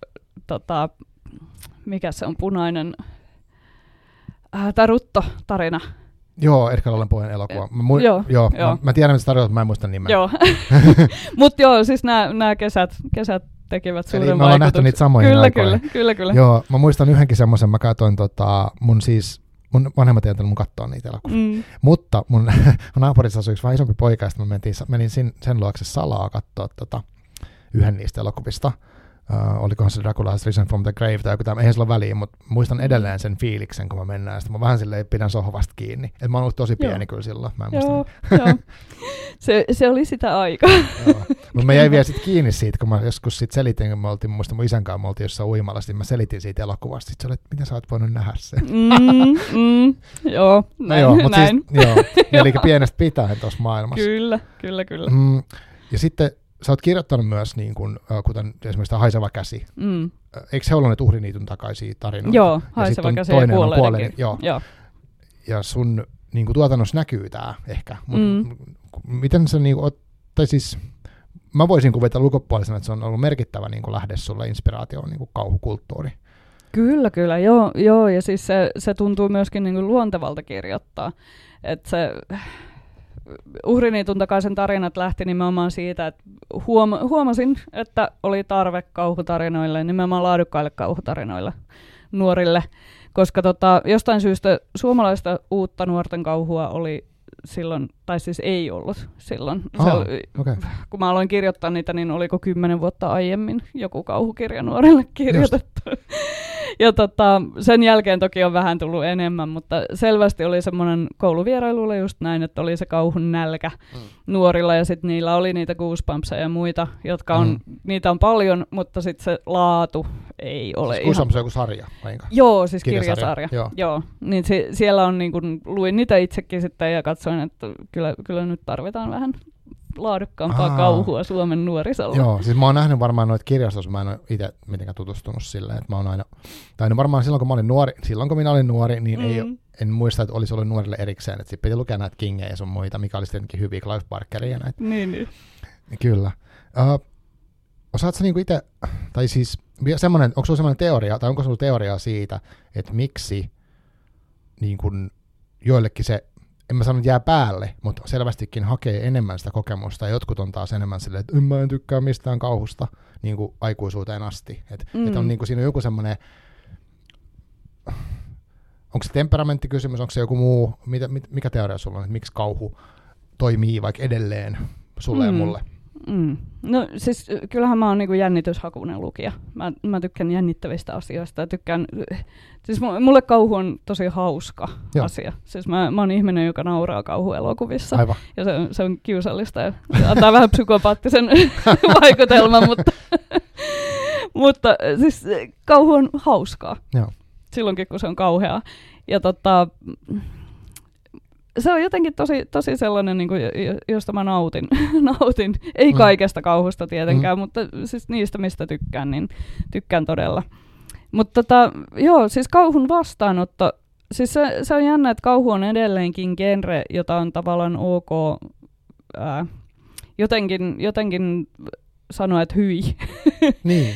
mikä se on, punainen, Tarutto-tarina. Joo, Edgar Allan Poen elokuva. Mä tiedän, mitä tarjoat, mutta mä en muista nimeä. Joo, mutta joo, siis nämä kesät tekivät suuren vaikutuksen. Me ollaan nähty niitä samoja aikoja. Kyllä. Joo, mä muistan yhdenkin semmoisen, mä katsoin mun vanhemmat ei antanut mun katsoa niitä elokuvia. Mutta mun naapurissa asui yksi vähän isompi poika, ja mä menin sen luokse salaa katsoa yhden niistä elokuvista. olikohan se Dracula Has Risen from the Grave tai joku eihän sillä ole väliä, mutta muistan edelleen sen fiiliksen, kun mä mennään, ja sitten mä vähän silleen pidän sohvasta kiinni. Et mä oon ollut tosi pieni kyllä silloin, mä en muista. Se oli sitä aikaa. Mutta mä jäin vielä sitten kiinni siitä, kun mä joskus sit selitin, kun me oltiin mun isän kanssa, me oltiin jossain uimalla, sitten mä selitin siitä elokuvasta, sitten se oli, että miten sä oot voinut nähdä sen. Joo, näin. Eli pienestä pitäen tuossa maailmassa. Kyllä. Ja sitten sä oot kirjoittanut myös, niin kun, kuten esimerkiksi tämä Haiseva käsi. Eikö se ollut ne Uhriniityn takaisia tarinoita? Joo, Haiseva käsi ja Kuolleiden. Joo. Ja sun niin kun, tuotannossa näkyy tämä ehkä. Miten se, niin kun, tai siis, mä voisin kuvitella ulkopuolisena, että se on ollut merkittävä niin kun lähde sulle inspiraatioon, niin kuin kauhukulttuuri. Kyllä, joo, ja siis se tuntuu myöskin niin kuin luontevalta kirjoittaa. Että se Uhriniityn takaisen tarinat lähti nimenomaan siitä, että huomasin, että oli tarve kauhutarinoille, nimenomaan laadukkaille kauhutarinoille nuorille, koska jostain syystä suomalaista uutta nuorten kauhua oli silloin, tai siis ei ollut silloin. Okay. Kun mä aloin kirjoittaa niitä, niin oliko 10 vuotta aiemmin joku kauhukirja nuorille kirjoitettu. Ja sen jälkeen toki on vähän tullut enemmän, mutta selvästi oli semmoinen kouluvierailulla just näin, että oli se kauhun nälkä nuorilla, ja sitten niillä oli niitä Goosebumpsia ja muita, jotka on, niitä on paljon, mutta sitten se laatu ei ole siis Goosebumps on joku sarja? Vainko? Joo, siis kirjasarja. Joo. Niin siellä on, niin kun, luin niitä itsekin sitten ja katsoin, että kyllä nyt tarvitaan vähän laadukkaampaa kauhua Suomen nuorisolla. Joo, siis mä oon nähnyt varmaan noita kirjastossa, mä en ole itse mitenkään tutustunut silleen, että mä oon aina, tai varmaan silloin kun minä olin nuori, niin en muista, että olisi ollut nuorille erikseen, että sitten piti lukea näitä Kingejä ja sun muita, mikä olisi tietenkin hyviä, Clive Barkeria ja näitä. Niin. Kyllä. Osaatko sä niinku itse, tai siis semmoinen, onko sulla semmoinen teoria, tai onko sulla teoriaa siitä, että miksi niin kun joillekin se, en mä sano, että jää päälle, mutta selvästikin hakee enemmän sitä kokemusta, ja jotkut on taas enemmän silleen, että mä en tykkää mistään kauhusta niin kuin aikuisuuteen asti. Että on niin kuin siinä on joku semmoinen, onko se temperamenttikysymys, onko se joku muu, mikä teoria sulla on, että miksi kauhu toimii vaikka edelleen sulle ja mulle? No siis kyllähän mä oon niinku jännityshakuinen lukija. Mä tykkään jännittävistä asioista ja siis mulle kauhu on tosi hauska asia. Siis mä oon ihminen, joka nauraa kauhuelokuvissa. Aivan. Ja se on kiusallista ja antaa vähän psykopaattisen vaikutelman, mutta siis kauhu on hauskaa. Joo. Silloinkin, kun se on kauheaa. Ja se on jotenkin tosi sellainen, niin kuin, josta mä nautin. Ei kaikesta kauhusta tietenkään, mutta siis niistä, mistä tykkään, niin tykkään todella. Mutta joo, siis kauhun vastaanotto, siis se on jännä, että kauhu on edelleenkin genre, jota on tavallaan ok jotenkin sanoa, että hyi. Niin.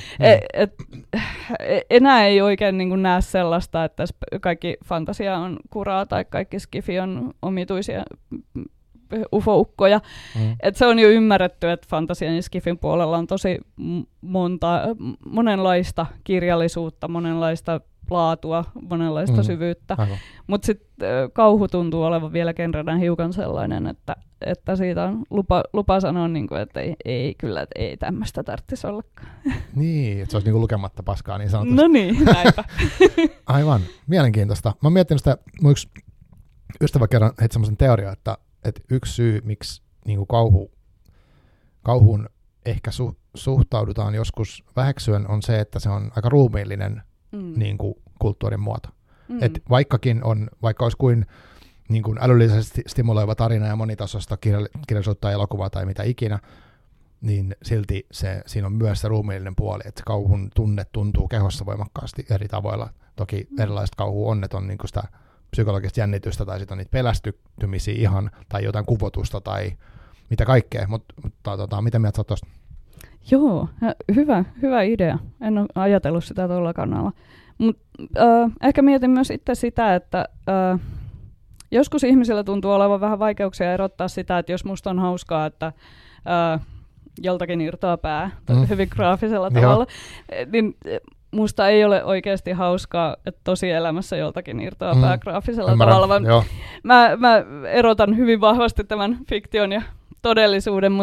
Enää ei oikein niin kuin näe sellaista, että kaikki fantasia on kuraa tai kaikki skifi on omituisia ufoukkoja. Et se on jo ymmärretty, että fantasian ja skifin puolella on tosi monenlaista kirjallisuutta, monenlaista laatua, monenlaista syvyyttä. Mutta sitten kauhu tuntuu olevan vielä genrenä hiukan sellainen, että siitä on lupa sanoa, niin kuin, että ei kyllä, että ei tämmöistä tarvitsisi ollakaan. Niin, että se olisi niin kuin lukematta paskaa niin sanotusti. No niin, näinpä. Aivan, mielenkiintoista. Mä oon miettinyt sitä, mun yksi ystävä kerran heitti semmoisen teorian, että yksi syy, miksi niin kuin kauhuun ehkä suhtaudutaan joskus väheksyen, on se, että se on aika ruumiillinen niin kuin kulttuurin muoto. Et vaikka olisi kuin niin kuin älyllisesti stimuloiva tarina ja monitasoista kirjallisuutta, elokuvaa tai mitä ikinä, niin silti siinä on myös se ruumiillinen puoli, että se kauhun tunne tuntuu kehossa voimakkaasti eri tavoilla. Toki erilaiset kauhuonnet on niin kuin sitä psykologista jännitystä tai sitten on niitä pelästymisiä ihan, tai jotain kuvotusta tai mitä kaikkea, mutta mitä mieltä sä oot tosta? Joo, hyvä idea. En ole ajatellut sitä tuolla kannalla. Mut, ehkä mietin myös itse sitä, että joskus ihmisillä tuntuu olevan vähän vaikeuksia erottaa sitä, että jos musta on hauskaa, että joltakin irtoaa pää hyvin graafisella tavalla, niin musta ei ole oikeasti hauskaa, että tosielämässä joltakin irtoaa pää graafisella tavalla, vaan mä erotan hyvin vahvasti tämän fiktion ja todellisuuden, mutta sitten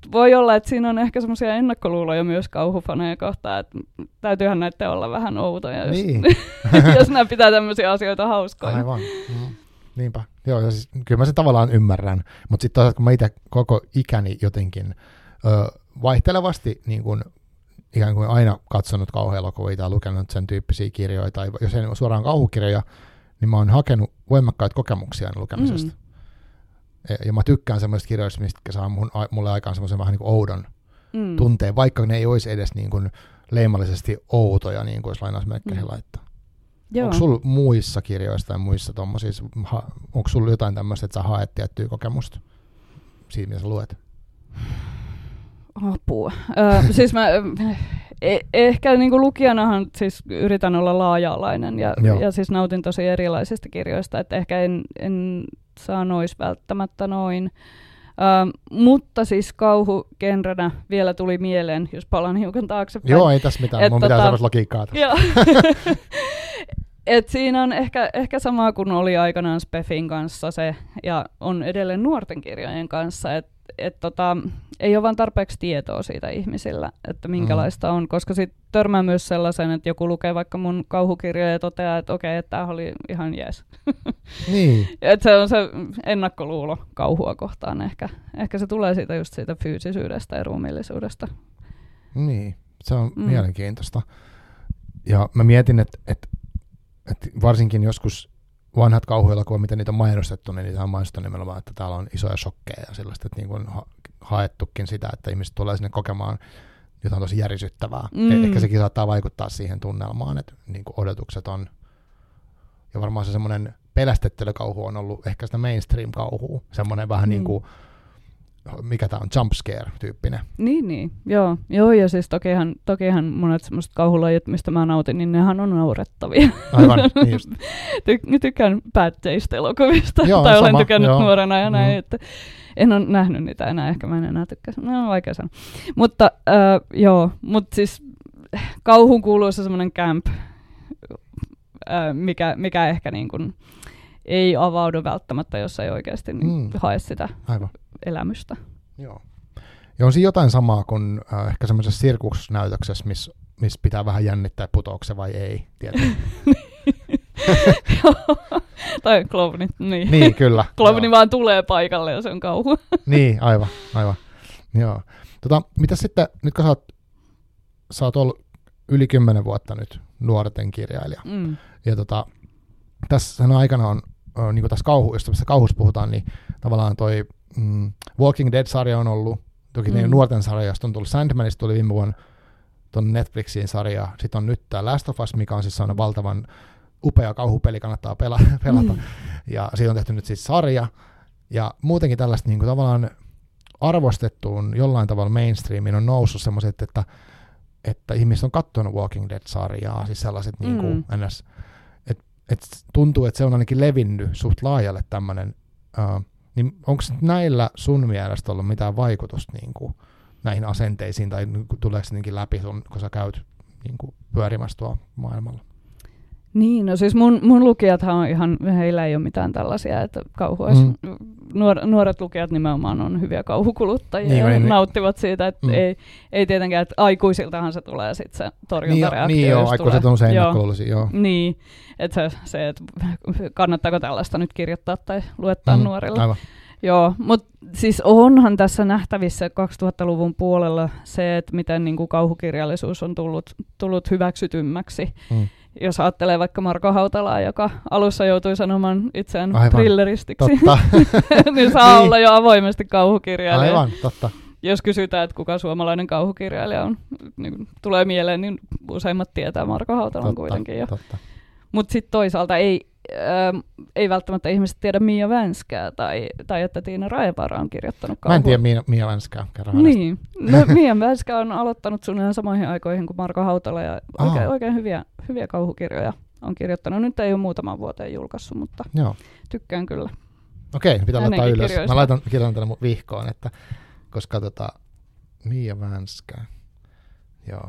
voi olla, että siinä on ehkä semmoisia ennakkoluuloja myös kauhufaneja kohtaan, että täytyyhän näiden olla vähän outoja, jos, Niin. jos nämä pitää tämmöisiä asioita hauskoina. Aivan. Niinpä. Joo, ja siis, kyllä mä sen tavallaan ymmärrän, mutta sitten toisaalta kun mä itse koko ikäni jotenkin vaihtelevasti niin kun, ikään kuin aina katsonut kauhuelokuvia tai lukenut sen tyyppisiä kirjoja, tai jos ei suoraan kauhukirjoja, niin mä oon hakenut voimakkaita kokemuksia lukemisesta. Ja mä tykkään semmoista kirjoista, mistä saa mulle aikaan semmoisen vähän niin kuin oudon tunteen, vaikka ne ei olisi edes niin kuin leimallisesti outoja, niin kuin jos lainausmerkkeihin laittaa. Onko sulla muissa kirjoissa tai muissa tommosissa, onko sulla jotain tämmöistä, että sä haet tiettyä kokemusta siitä, mitä sä luet? Apua. Siis mä ehkä niin kuin lukijanahan siis yritän olla laaja-alainen ja siis nautin tosi erilaisista kirjoista, että ehkä en sanoisi välttämättä noin. Mutta siis kauhugenrenä vielä tuli mieleen, jos palaan hiukan taaksepäin. Joo, ei tässä mitään. Mun pitää sellaista logiikkaa. Et siinä on ehkä samaa kuin oli aikanaan Speffin kanssa se, ja on edelleen nuorten kirjojen kanssa, että ei ole vaan tarpeeksi tietoa siitä ihmisillä, että minkälaista on, koska sitten törmää myös sellaisen, että joku lukee vaikka mun kauhukirjoja ja toteaa, että okei, että tämä oli ihan jees. Niin. Että se on se ennakkoluulo kauhua kohtaan ehkä. Ehkä se tulee siitä just siitä fyysisyydestä ja ruumiillisuudesta. Niin, se on mielenkiintoista. Ja mä mietin, että varsinkin joskus vanhat kauhuelokuvat, miten niitä on mainostettu, niin niitä on mainostettu nimenomaan, että täällä on isoja shokkeja ja sellaista, että niin kuin haettukin sitä, että ihmiset tulee sinne kokemaan jotain tosi järisyttävää. Ehkä sekin saattaa vaikuttaa siihen tunnelmaan, että niin kuin odotukset on, ja varmaan se semmoinen pelästettelykauhu on ollut ehkä sitä mainstream-kauhua, semmoinen vähän niin kuin, mikä tämä on, jump scare-tyyppinen. Niin, joo, ja siis tokihan monet semmoiset kauhulajit, mistä mä nautin, niin nehän on naurettavia. Aivan, niin just. Tykkään bad taste-elokuvista, tai olen tykännyt nuorena ja näin, että en ole nähnyt niitä enää, ehkä mä en enää tykkää. No, on vaikea sanoa. Mutta siis kauhun kuuluu se semmoinen camp, mikä ehkä niin kuin ei avaudu välttämättä, jos ei oikeasti hae sitä elämystä. Joo. Ja on siinä jotain samaa kuin ehkä semmoisessa sirkusnäytöksessä, missä pitää vähän jännittää, putoako se vai ei. Tai klouvnit, niin. Niin, kyllä. Klouvni vaan tulee paikalle ja se on kauhu. Niin, aivan. Joo. Mitä sitten, nyt kun sä oot ollut yli 10 vuotta nyt nuorten kirjailija, ja tässä aikana on, niin kuin tässä kauhussa puhutaan, niin tavallaan toi Walking Dead-sarja on ollut, toki nuorten sarja, josta on tullut Sandmanista, tuli viime vuonna tuon Netflixiin sarja, sitten on nyt tämä Last of Us, mikä on siis sellainen valtavan upea kauhupeli, kannattaa pelata, ja siitä on tehty nyt siis sarja, ja muutenkin tällaista niin kuin tavallaan arvostettuun jollain tavalla mainstreamiin on noussut semmoiset, että ihmiset on katsonut Walking Dead-sarjaa, siis sellaiset niin kuin ns. Että tuntuu, että se on ainakin levinnyt suht laajalle tämmöinen, niin onko näillä sun mielestä ollut mitään vaikutusta niin kuin näihin asenteisiin, tai tuleeko se jotenkin läpi sun, kun sä käyt niin kuin pyörimässä tuolla maailmalla? Niin, no siis mun lukijathan on ihan, heillä ei ole mitään tällaisia, että nuoret lukijat nimenomaan on hyviä kauhukuluttajia ja nauttivat siitä, että ei tietenkään, että aikuisiltahan se tulee sitten se torjuntareaktio. Niin joo, aikuiset on se ennakkoluuloisia, joo. Niin, että se, että kannattaako tällaista nyt kirjoittaa tai luettaa nuorille. Aivan. Joo, mutta siis onhan tässä nähtävissä 2000-luvun puolella se, että miten niin kuin kauhukirjallisuus on tullut hyväksytymmäksi. Jos ajattelee vaikka Marko Hautalaa, joka alussa joutui sanomaan itseään thrilleristiksi, niin saa olla jo avoimesti kauhukirjailija. Aivan, totta. Jos kysytään, että kuka suomalainen kauhukirjailija on, niin tulee mieleen, niin useimmat tietää Marko Hautalan kuitenkin jo. Mutta sitten toisaalta ei välttämättä ihmiset tiedä Mia Vänskää tai että Tiina Raevaara on kirjoittanut kauhua. Mä en tiedä Mia Vänskää, kerran niin. No, Mia Vänskää on aloittanut suunnilleen samoihin aikoihin kuin Marko Hautala ja oikein hyviä kauhukirjoja on kirjoittanut. Nyt ei ole muutaman vuoteen julkaissut, mutta tykkään kyllä. Okei, pitää laittaa ylös. Mä kirjoitan tänne mun vihkoon, että koska Mia Vänskää. Joo,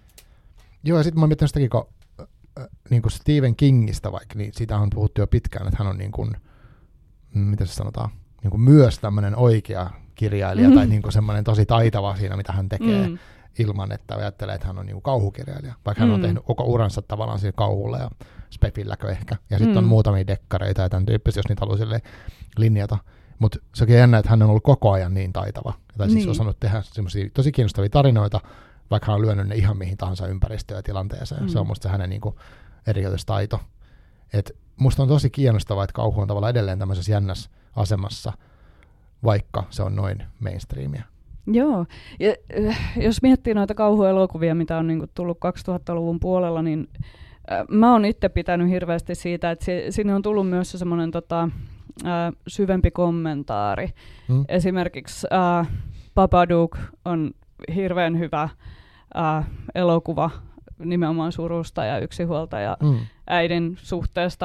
ja sitten mä oon miettinyt sitäkin, kun niin kuin Stephen Kingistä vaikka, niin siitä on puhuttu jo pitkään, että hän on niin kuin, mitä se sanotaan, niin kuin myös tämmöinen oikea kirjailija tai niinku semmoinen tosi taitava siinä, mitä hän tekee, ilman että ajattelee, että hän on niinku kauhukirjailija. Vaikka hän on tehnyt koko uransa tavallaan siinä kauhulla ja spefilläkö ehkä. Ja sitten on muutamia dekkareita ja tämän tyyppisiä, jos niitä haluaa linjata. Mutta se on jännä, että hän on ollut koko ajan niin taitava. Tai siis osannut tehdä semmoisia tosi kiinnostavia tarinoita, vaikka hän on lyönyt ne ihan mihin tahansa ympäristöön ja tilanteeseen. Se on musta se hänen niinku erikoistaito. Et musta on tosi kiinnostavaa, että kauhu on tavallaan edelleen tämmöisessä jännässä asemassa, vaikka se on noin mainstreamia. Joo. Ja, jos miettii noita kauhuelokuvia, mitä on niinku tullut 2000-luvun puolella, niin mä oon itse pitänyt hirveästi siitä, että sinne on tullut myös semmoinen syvempi kommentaari. Esimerkiksi Babadook on hirveän hyvä elokuva nimenomaan surusta ja yksinhuoltaja äidin suhteesta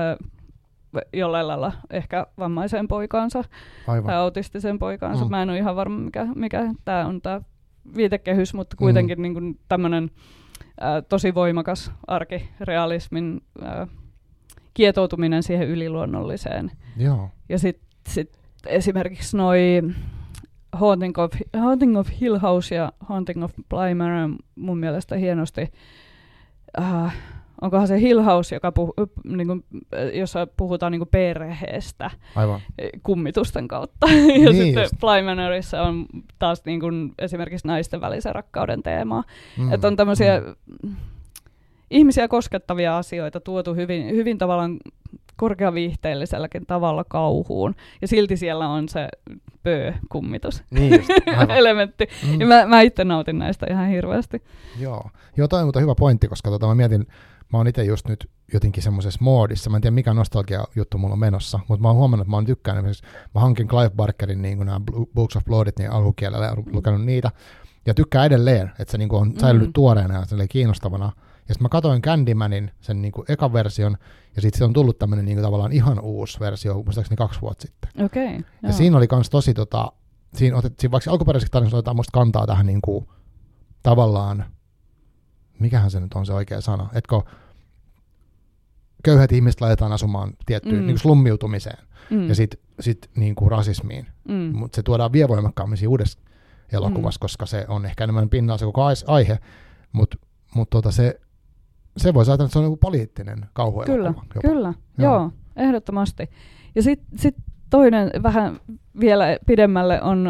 jollain lailla ehkä vammaiseen poikaansa tai autistiseen poikaansa. Mä en ole ihan varma, mikä tämä on tämä viitekehys, mutta kuitenkin niin kuin tämmöinen tosi voimakas arkirealismin kietoutuminen siihen yliluonnolliseen. Joo. Ja sit esimerkiksi noi Haunting of Hill House ja Haunting of Bly Manor mun mielestä hienosti. Onkohan se Hill House, jossa puhutaan niinku perheestä. Aivan. Kummitusten kautta. Ja sitten Bly Manorissa on taas niinku esimerkiksi naisten välisen rakkauden teemaa. Että on tämmöisiä ihmisiä koskettavia asioita tuotu hyvin tavallaan korkeaviihteelliselläkin tavalla kauhuun. Ja silti siellä on se kummitus elementti. Ja mä itse nautin näistä ihan hirveästi. Joo, toi on mutta hyvä pointti, koska mä mietin, mä oon itse just nyt jotenkin semmoisessa moodissa, mä en tiedä mikä nostalgia juttu mulla on menossa, mutta mä oon huomannut, että mä oon tykkään, mä hankin Clive Barkerin niin nämä Books of Bloodit niin alkukielellä ja lukenut niitä, ja tykkään edelleen, että se niin on säilynyt tuoreena ja kiinnostavana. Ja sitten mä katsoin Candymanin, sen niin ekan version, ja sitten on tullut tämmöinen niin tavallaan ihan uusi versio, muistaakseni 2 vuotta sitten. Okay, ja siinä oli kans tosi, siinä otettiin, vaikka alkuperäisessä tarinassa otetaan musta kantaa tähän niin kuin, tavallaan, mikähän se nyt on se oikea sana, etkö köyhät ihmiset laitetaan asumaan tiettyyn niin kuin slummiutumiseen ja sit niin kuin rasismiin. Mutta se tuodaan vielä voimakkaammin siinä uudessa elokuvassa, koska se on ehkä enemmän pinnalla se koko aihe, mutta se voisi ajatella, että se on joku poliittinen kauhuelokuva. Kyllä. Joo, ehdottomasti. Ja sit toinen vähän vielä pidemmälle on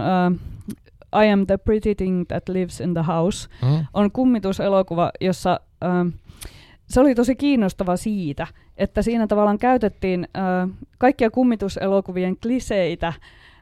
I Am the Pretty Thing That Lives in the House. On kummituselokuva, jossa se oli tosi kiinnostava siitä, että siinä tavallaan käytettiin kaikkia kummituselokuvien kliseitä,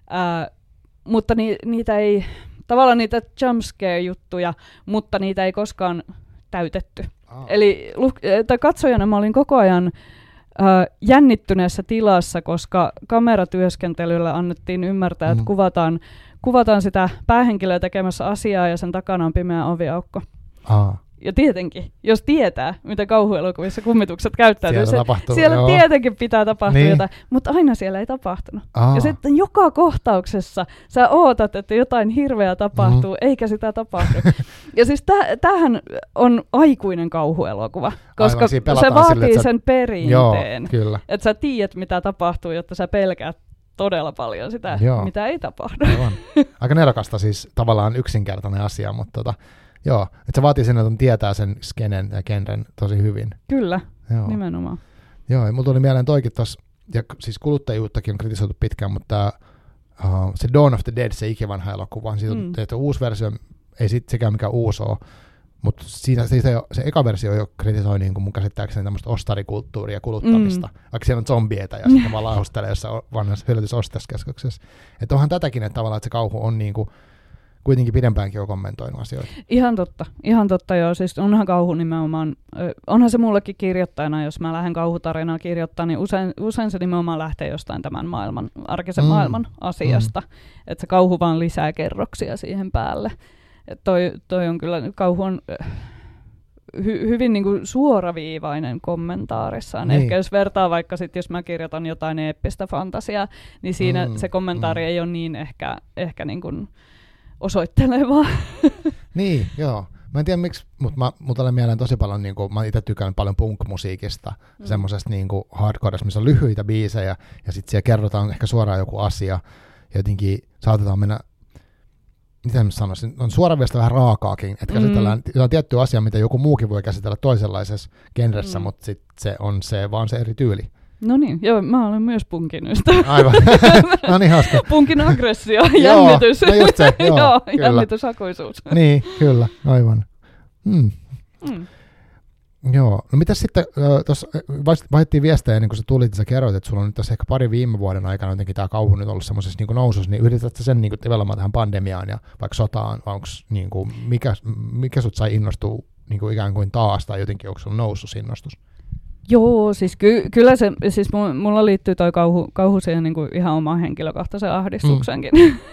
mutta niitä ei, tavallaan niitä jumpscare-juttuja, mutta niitä ei koskaan täytetty. Eli katsojana mä olin koko ajan jännittyneessä tilassa, koska kameratyöskentelyllä annettiin ymmärtää, että kuvataan sitä päähenkilöä tekemässä asiaa ja sen takana on pimeä oviaukko. Ja tietenkin, jos tietää, mitä kauhuelokuvissa kummitukset käyttäytyy, siellä tietenkin pitää tapahtua jotain, mutta aina siellä ei tapahtunut. Ja sitten joka kohtauksessa sä ootat, että jotain hirveää tapahtuu, eikä sitä tapahdu. Ja siis tämähän on aikuinen kauhuelokuva, koska se vaatii sen perinteen, että sä tiedät, mitä tapahtuu, jotta sä pelkäät todella paljon sitä, mitä ei tapahdu. Aika nerokasta siis tavallaan yksinkertainen asia, mutta joo, että se vaatii sen, että tietää sen skenen ja genren tosi hyvin. Kyllä, nimenomaan. Joo, ja mulla tuli mieleen toikin tuossa, ja siis kuluttajuuttakin on kritisoitu pitkään, mutta se Dawn of the Dead, se ikivanha elokuva, siitä on tehty uusi versio, ei sekään mikään uusi ole, mutta se eka versio jo kritisoi niin kuin mun käsittääkseni tämmöistä ostarikulttuuria ja kuluttamista, vaikka siellä on zombieita ja sitten vaan lauhustelee jossain vanhassa hyödytys ostoskeskuksessa. Että onhan tätäkin, että tavallaan että se kauhu on niin kuin kuitenkin pidempäänkin on kommentoinut asioita. Ihan totta joo. Siis onhan kauhu nimenomaan, onhan se mullekin kirjoittajana, jos mä lähden kauhutarinaa kirjoittamaan, niin usein se nimenomaan lähtee jostain tämän arkisen maailman asiasta. Että se kauhu vaan lisää kerroksia siihen päälle. Et toi on kyllä, kauhu on hyvin niin kuin suoraviivainen kommentaarissaan. Ehkä jos vertaa vaikka sit, jos mä kirjoitan jotain eeppistä fantasiaa, niin siinä se kommentaari ei ole niin ehkä niin kuin osoittelevaa. Niin, joo. Mä en tiedä miksi, mutta mut olen mieleen tosi paljon, niin kuin, mä itse tykään paljon punk-musiikista, semmoisesta niin hardcoresta, missä on lyhyitä biisejä, ja sitten siellä kerrotaan ehkä suoraan joku asia, jotenkin saatetaan mennä, miten mä sanoisin, on suoraviesta vähän raakaakin, että käsitellään jotain tiettyä asiaa, mitä joku muukin voi käsitellä toisenlaisessa genressä, mutta sit se on vaan se eri tyyli. No niin, joo, mä olen myös punkin ystävä. Aivan, no niin hauska. Punkin aggressio, jännitys. Joo, no just se, joo, kyllä. Jännityshakuisuus. Niin, kyllä, aivan. Joo, no mitäs sitten, tuossa vaihdettiin viestejä, niin kun sä tulit, sä kerroit, että sulla on nyt tässä ehkä pari viime vuoden aikana jotenkin tämä kauhu nyt ollut semmoisessa niin nousussa, niin yritätkö sen niin nivellomaan tähän pandemiaan ja vaikka sotaan, vai onko niin kuin, mikä sut sai innostua niin kuin ikään kuin taas, tai jotenkin onko sulla noussut innostus? Joo, siis kyllä se, siis mulla liittyy toi kauhu siihen niin kuin ihan omaan henkilökohtaisen ahdistuksenkin.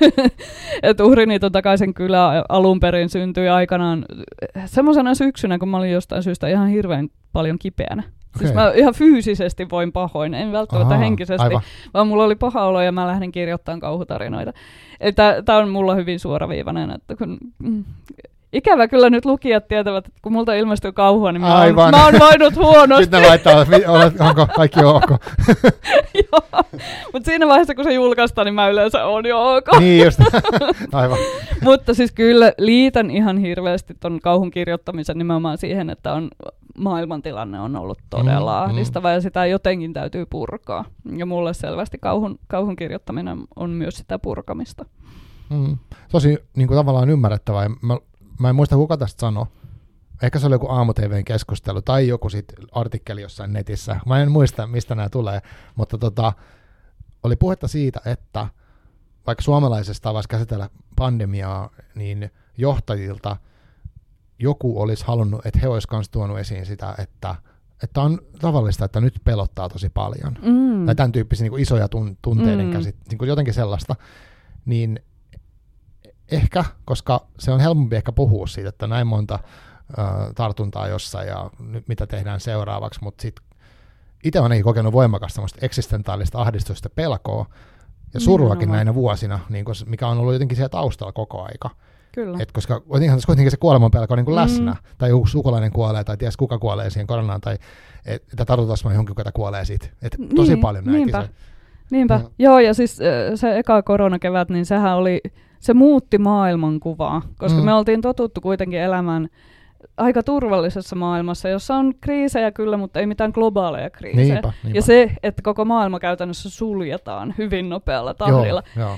Että Uhriniiton takaisin kylä alun perin syntyi aikanaan semmoisena syksynä, kun mä olin jostain syystä ihan hirveän paljon kipeänä. Okay. Siis mä ihan fyysisesti voin pahoin, en välttämättä henkisesti, aivan. Vaan mulla oli paha olo ja mä lähdin kirjoittamaan kauhutarinoita. Tää on mulla hyvin suoraviivainen, että kun... Ikävä kyllä nyt lukijat tietävät, että kun multa ilmestyy kauhua, niin mä oon voinut huonosti. Sitten ne laittaa, onko kaikki ok. Joo, mutta siinä vaiheessa, kun se julkaistaan, niin mä yleensä oon jo ok. Niin just, aivan. Mutta siis kyllä liitän ihan hirveästi ton kauhun kirjoittamisen nimenomaan siihen, että maailmantilanne on ollut todella ahdistava ja sitä jotenkin täytyy purkaa. Ja mulle selvästi kauhun kirjoittaminen on myös sitä purkamista. Tosi niin kuin tavallaan ymmärrettävää. Mä en muista, kuka tästä sanoi. Ehkä se oli joku aamu-tv:n keskustelu tai joku artikkeli jossain netissä. Mä en muista, mistä nämä tulee, mutta oli puhetta siitä, että vaikka suomalaisessa tavassa käsitellä pandemiaa, niin johtajilta joku olisi halunnut, että he olisivat myös tuonut esiin sitä, että on tavallista, että nyt pelottaa tosi paljon. Tai tämän tyyppisiä niin isoja tunteiden niin jotenkin sellaista. Niin ehkä, koska se on helpompi ehkä puhua siitä, että näin monta tartuntaa jossain ja nyt mitä tehdään seuraavaksi, mutta sitten itse olen kokenut voimakasta eksistentaalista ahdistusta, pelkoa ja suruakin näinä vuosina, niin mikä on ollut jotenkin siellä taustalla koko aika. Kyllä. Koska kuitenkin se kuolemanpelko on niin kuin läsnä, tai joku sukulainen kuolee, tai ties kuka kuolee siihen koronaan, tai että tartutaan johonkin, kuka kuolee siitä. Tosi paljon näitä. Niinpä. Joo, ja siis se eka koronakevät, niin sehän oli... Se muutti maailmankuvaa, koska me oltiin totuttu kuitenkin elämään aika turvallisessa maailmassa, jossa on kriisejä kyllä, mutta ei mitään globaaleja kriisejä. Niinpä. Ja se, että koko maailma käytännössä suljetaan hyvin nopealla tahdilla. Joo.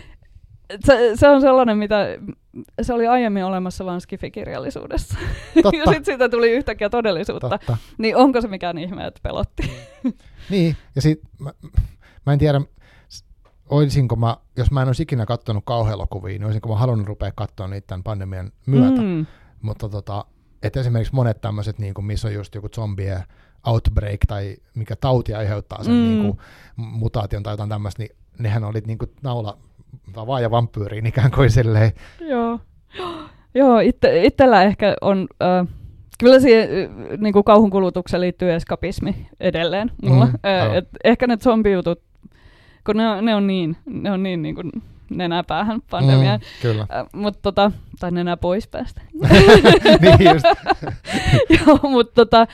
Se on sellainen, mitä se oli aiemmin olemassa vain skifikirjallisuudessa. Ja sitten siitä tuli yhtäkkiä todellisuutta. Totta. Niin onko se mikään ihme, että pelotti? Niin, ja sitten mä en tiedä... Olisinko mä, jos mä en olisi ikinä katsonut kauhuelokuvia, niin olisinko mä halunnut rupea katsoa niitä tämän pandemian myötä. Mutta että esimerkiksi monet tämmöiset, niin missä on just joku zombie outbreak tai mikä tauti aiheuttaa sen niin kuin mutaation tai jotain tämmöistä, niin nehän olit niin kuin naula vaan ja vampyyriin ikään kuin silleen. Joo, itsellä ehkä on... Kyllä siihen niin kuin kauhun kulutukseen liittyy eskapismi edelleen mulla. Ehkä ne zombijutut, kun ne on niin kuin nenäpäähän pandemiaan. Mutta tai nenä pois päästä. Niin just. Joo, mutta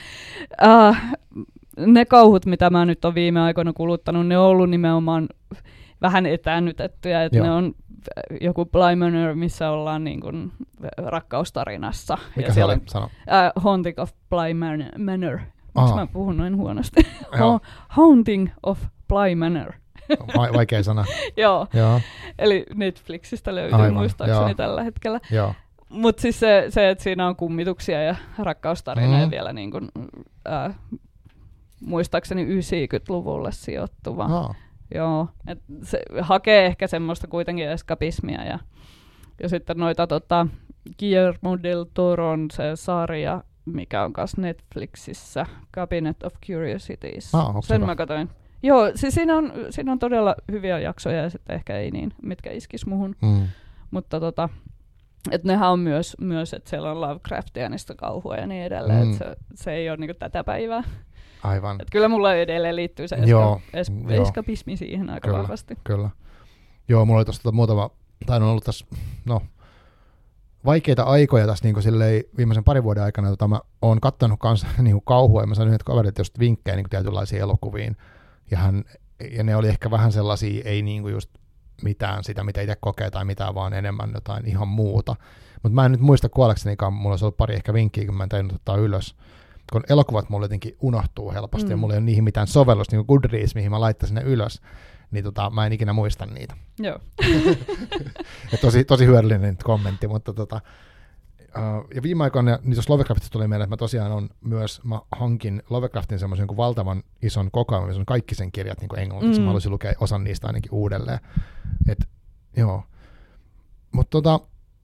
ne kauhut, mitä mä nyt on viime aikoina kuluttanut, ne on ollut nimenomaan vähän etäännytettyjä. Että ne on joku Bly Manor, missä ollaan niin kuin rakkaustarinassa. Mikä ja se oli? Sano. Haunting of Bly Manor. Miksi mä puhun noin huonosti? Haunting of Bly Manor. Vaikea sana. Joo. Eli Netflixistä löytyy muistaakseni tällä hetkellä. Mutta siis se, että siinä on kummituksia ja rakkaustarinoja vielä niin kuin, muistaakseni 90-luvulle sijoittuva. Joo, et se hakee ehkä semmoista kuitenkin eskapismia ja sitten noita Guillermo del Toron se sarja, mikä on kanssa Netflixissä, Cabinet of Curiosities. Sen mä katsoin. Joo, siis siinä on todella hyviä jaksoja ja sitten ehkä ei niin, mitkä iskis muhun. Mutta että nehän on myös että siellä on Lovecraftia, niistä kauhua ja niin edelleen, että se ei ole niinku tätä päivää. Aivan. Et kyllä mulla edelleen liittyy se eskapismi siihen aika vahvasti. Kyllä. Joo, mulla oli tuossa muutama, tai on ollut tässä, vaikeita aikoja tässä niin silleen, viimeisen parin vuoden aikana, mä oon kattanut kanssa niin kauhua, ja mä sanoin, että kaverit just vinkkejä niin tietynlaisiin elokuviin, ja ne oli ehkä vähän sellaisia, ei niin just mitään sitä, mitä itse kokee tai mitään, vaan enemmän jotain ihan muuta. Mutta mä en nyt muista kuolleksenikaan, mulla olisi ollut pari ehkä vinkkiä, kun mä en tainnut ottaa ylös. Kun elokuvat mulle jotenkin unohtuu helposti ja mulla ei ole niihin mitään sovellusta, niin kuin Goodreads, mihin mä laittaisin ne ylös, niin mä en ikinä muista niitä. Joo. Ja tosi hyödyllinen kommentti, mutta ja viime aikoina, niin jos Lovecraftista tuli mieleen, että mä tosiaan mä hankin Lovecraftin semmoisen kuin valtavan ison kokoelman, missä on kaikki sen kirjat niin kuin englanniksi. Mä haluaisin lukea osan niistä ainakin uudelleen. Joo. Mutta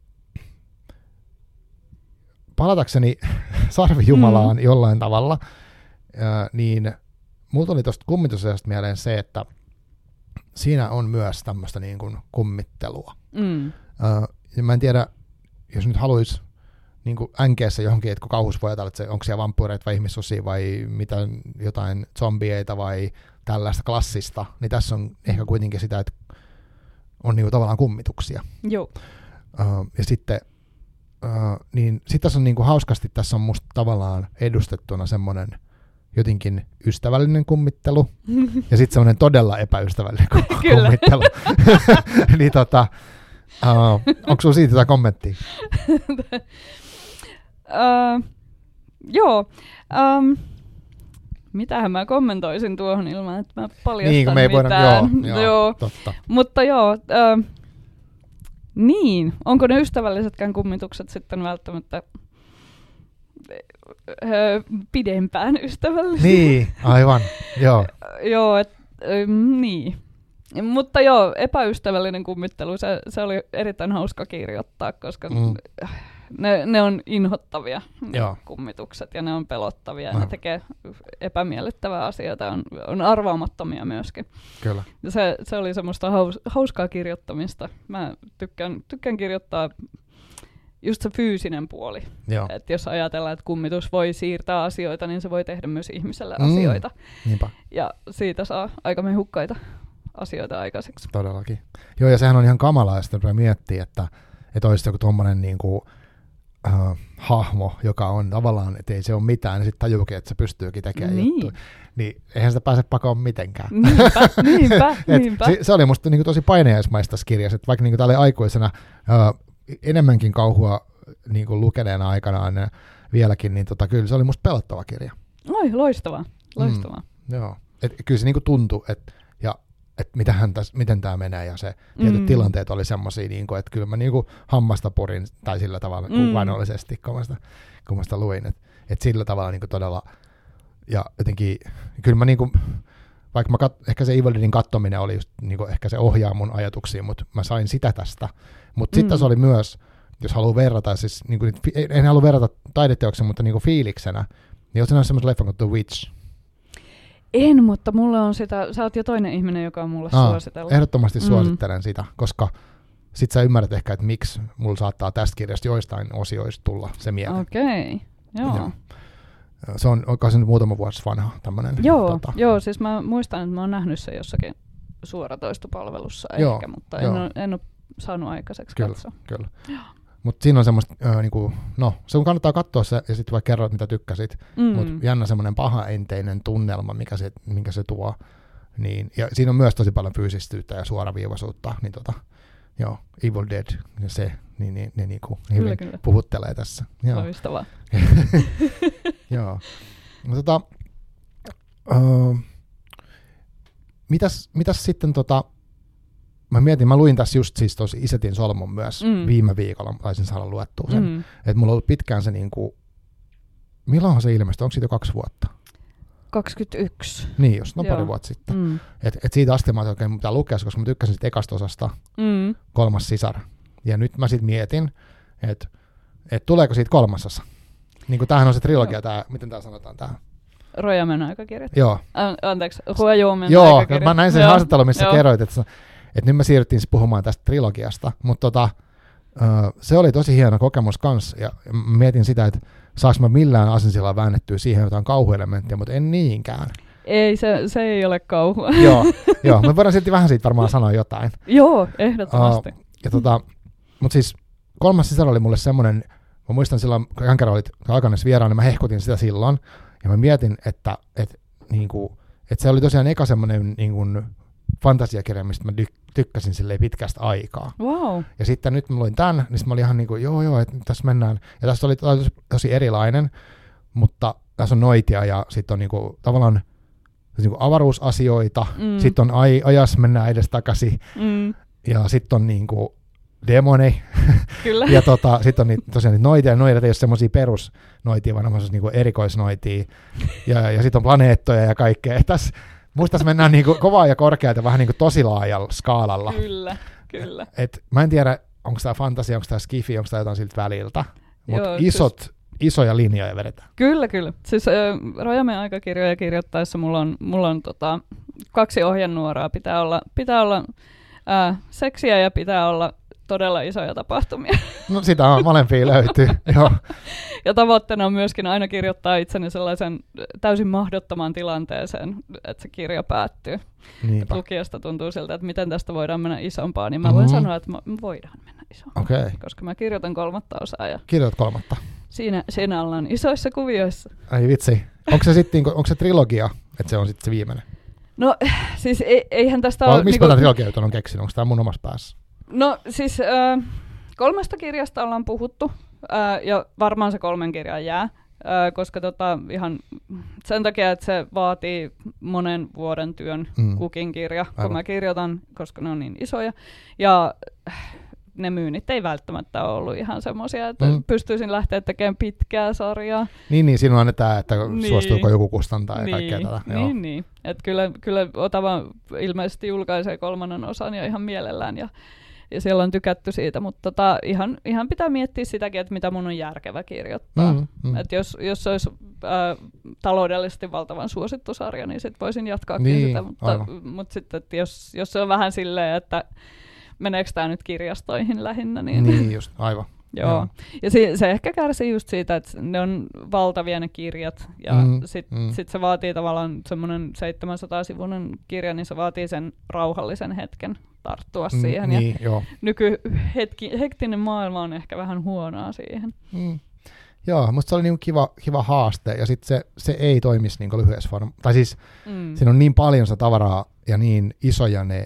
palatakseni Sarvijumalaan jollain tavalla, niin mulla tuli tuosta kummitusajasta mieleen se, että siinä on myös tämmöistä niin kuin kummittelua. Ja mä en tiedä, jos nyt haluaisi niin kuin änkeessä johonkin, että kun kauhus voi ajatella, että onko siellä vampyyreitä vai ihmissusia vai mitä, jotain zombieita vai tällaista klassista, niin tässä on ehkä kuitenkin sitä, että on niin kuin tavallaan kummituksia. Joo. Ja sitten niin sit tässä on niin kuin hauskasti, tässä on musta tavallaan edustettuna semmoinen jotenkin ystävällinen kummittelu ja sitten semmoinen todella epäystävällinen kummittelu. Niin onko sinulla siitä jotain kommenttia? Joo. Mitähän mä kommentoisin tuohon ilman, että mä paljastan niin, me ei mitään. Joo, totta. Mutta niin, onko ne ystävällisetkään kummitukset sitten välttämättä pidempään ystävällisiä? Niin, aivan, joo. Joo, niin. Mutta joo, epäystävällinen kummittelu, se oli erittäin hauska kirjoittaa, koska ne on inhottavia kummitukset ja ne on pelottavia ja ne tekee epämiellyttävää asioita, on arvaamattomia myöskin. Kyllä. Ja se oli semmoista hauskaa kirjoittamista. Mä tykkään kirjoittaa just se fyysinen puoli. Että jos ajatellaan, että kummitus voi siirtää asioita, niin se voi tehdä myös ihmiselle asioita. Niinpä. Ja siitä saa aika mehukkaita asioita aikaiseksi. Todellakin. Joo, ja sehän on ihan kamalaa, ja sitten miettiä, että olisi joku tommonen niinku hahmo, joka on tavallaan, että ei se ole mitään, niin sitten tajuukin, että se pystyykin tekemään juttuja. Niin eihän sitä pääse pakoon mitenkään. Niinpä. Se oli musta niinku tosi painajaismaista tässä kirjassa, että vaikka niinku tälle aikuisena enemmänkin kauhua niinku lukeneena aikanaan vieläkin, niin kyllä se oli musta pelottava kirja. Oi, loistavaa. Joo, kyllä se niinku tuntui, että miten tämä menee, ja se tietyt tilanteet oli semmoisia, niinku, että kyllä mä niinku hammasta purin, tai sillä tavalla kuvainnollisesti, kun mä sitä luin, että sillä tavalla niinku todella, ja jotenkin, kyllä mä niinku, vaikka ehkä se Evil Deadin kattominen oli just, niinku, ehkä se ohjaa mun ajatuksiin, mutta mä sain sitä tästä, mutta sitten se oli myös, jos haluaa verrata, siis niinku, en halua verrata taideteoksen, mutta niinku fiiliksenä, niin oletko nähnyt semmoisen leffan kuin The Witch? En, mutta mulle on sitä, sä oot jo toinen ihminen, joka on mulle suositellut. Ehdottomasti suosittelen sitä, koska sit sä ymmärrät ehkä, että miksi mulla saattaa tästä kirjasta joistain osioista tulla se mieleen. Okei, joo. Se on nyt muutama vuosi vanha tämmönen. Joo, siis mä muistan, että mä oon nähnyt sen jossakin suoratoistopalvelussa ehkä, mutta en ole saanut aikaiseksi katsoa. Kyllä. Mutta siinä on semmoista, se kannattaa katsoa se, ja sitten vaikka kerroit, mitä tykkäsit, mutta jännä semmoinen pahaenteinen tunnelma, minkä se tuo. Niin, ja siinä on myös tosi paljon fyysistyyttä ja suoraviivaisuutta, niin Evil Dead, ja se, niin ne niinku hyvin puhuttelee tässä. Loistavaa. Joo. No, mitäs sitten mä luin tässä just siis tuossa Isetin solmun myös viime viikolla, taisin saada luettua sen. Että mulla on ollut pitkään se niinku, milloinhan se ilmestyi, onko siitä jo 2 vuotta? 21. Niin just, pari vuotta sitten. Et siitä asti mä oikein pitää lukea, koska mä tykkäsin siitä ekasta osasta, 3. sisar. Ja nyt mä sit mietin, että tuleeko siitä 3. osa. Niin kuin tämähän on se trilogia, miten tää sanotaan tää? Rojamen aikakirjat. Joo. Anteeksi, Huajuomen aikakirjat. Joo, mä näin sen haastattelun, missä kerroit, että nyt me siirryttiin puhumaan tästä trilogiasta, mutta se oli tosi hieno kokemus kanssa, ja mietin sitä, että saanko mä millään asensilla väännettyä siihen jotain kauhuelementtiä, mutta en niinkään. Ei, se ei ole kauhua. Joo, me voidaan silti vähän siitä varmaan sanoa jotain. Joo, ehdottomasti. Mutta siis 3. sisar oli mulle semmoinen, mä muistan silloin, kun Jänkärä olit Aikanes vieraan, niin mä hehkutin sitä silloin, ja mä mietin, että se oli tosiaan eka semmoinen niin fantasiakirja, mistä mä tykkäsin silleen pitkästä aikaa. Wow. Ja sitten nyt mä luin tämän, niin mä olin ihan niin kuin, joo, että tässä mennään. Ja tässä oli tosi erilainen, mutta tässä on noitia ja sitten on niin kuin, tavallaan niin kuin avaruusasioita, sitten on ajas mennään edes takaisin, ja sitten on niin kuin demoni. Kyllä. Ja sitten on tosiaan niitä noitia, ja noidat ei ole semmoisia perusnoitia, vaan on niin kuin erikoisnoitia. Ja sitten on planeettoja ja kaikkea. Musta tässä mennään niin kuin kovaa ja korkealta vähän niin kuin tosi laajalla skaalalla. Kyllä. Mä en tiedä, onko tämä fantasia, onko tämä skifi, onko tämä jotain siltä väliltä, mutta isoja linjoja vedetään. Kyllä. Siis Rajamäen aikakirjoja kirjoittaessa mulla on 2 ohjenuoraa. Pitää olla seksiä ja pitää olla todella isoja tapahtumia. No sitä on, molempia löytyy, joo. Ja tavoitteena on myöskin aina kirjoittaa itseni sellaisen täysin mahdottoman tilanteeseen, että se kirja päättyy. Niinpä. Lukijasta tuntuu siltä, että miten tästä voidaan mennä isompaan, niin mä voin sanoa, että me voidaan mennä isompaan, koska mä kirjoitan 3. osaa. Ja kirjoitat 3. Siinä ollaan isoissa kuvioissa. Ai vitsi. Onko se trilogia, että se on sitten se viimeinen? No siis eihän tästä ole... Mistä tämä trilogia on keksinyt? Onko tämä mun omassa päässä? No siis 3 kirjasta ollaan puhuttu, ja varmaan se 3 kirjaa jää, koska ihan sen takia, että se vaatii monen vuoden työn kukin kirja, kun mä kirjoitan, koska ne on niin isoja. Ja ne myynnit ei välttämättä ole ollut ihan semmoisia, että pystyisin lähteä tekemään pitkää sarjaa. Niin, siinä on tämä, että suostuuko joku kustantaa ja kaikkea tätä. Niin. Että kyllä Otava ilmeisesti julkaisee 3. osan ja ihan mielellään, ja siellä on tykätty siitä, mutta ihan pitää miettiä sitäkin, että mitä mun on järkevä kirjoittaa. Että jos se olisi taloudellisesti valtavan suosittu sarja, niin sitten voisin jatkaakin sitä, mutta sitten, että jos se on vähän silleen, että meneekö tämä nyt kirjastoihin lähinnä? Niin just, aivan. Joo. Ja se ehkä kärsii just siitä, että ne on valtavia ne kirjat, ja sit se vaatii tavallaan semmoinen 700-sivuinen kirja, niin se vaatii sen rauhallisen hetken tarttua siihen. Niin, ja hektinen maailma on ehkä vähän huonoa siihen. Joo, musta se oli niinku kiva haaste, ja sitten se ei toimisi niinku lyhyessä formassa. Tai siis siinä on niin paljon sitä tavaraa ja niin isoja ne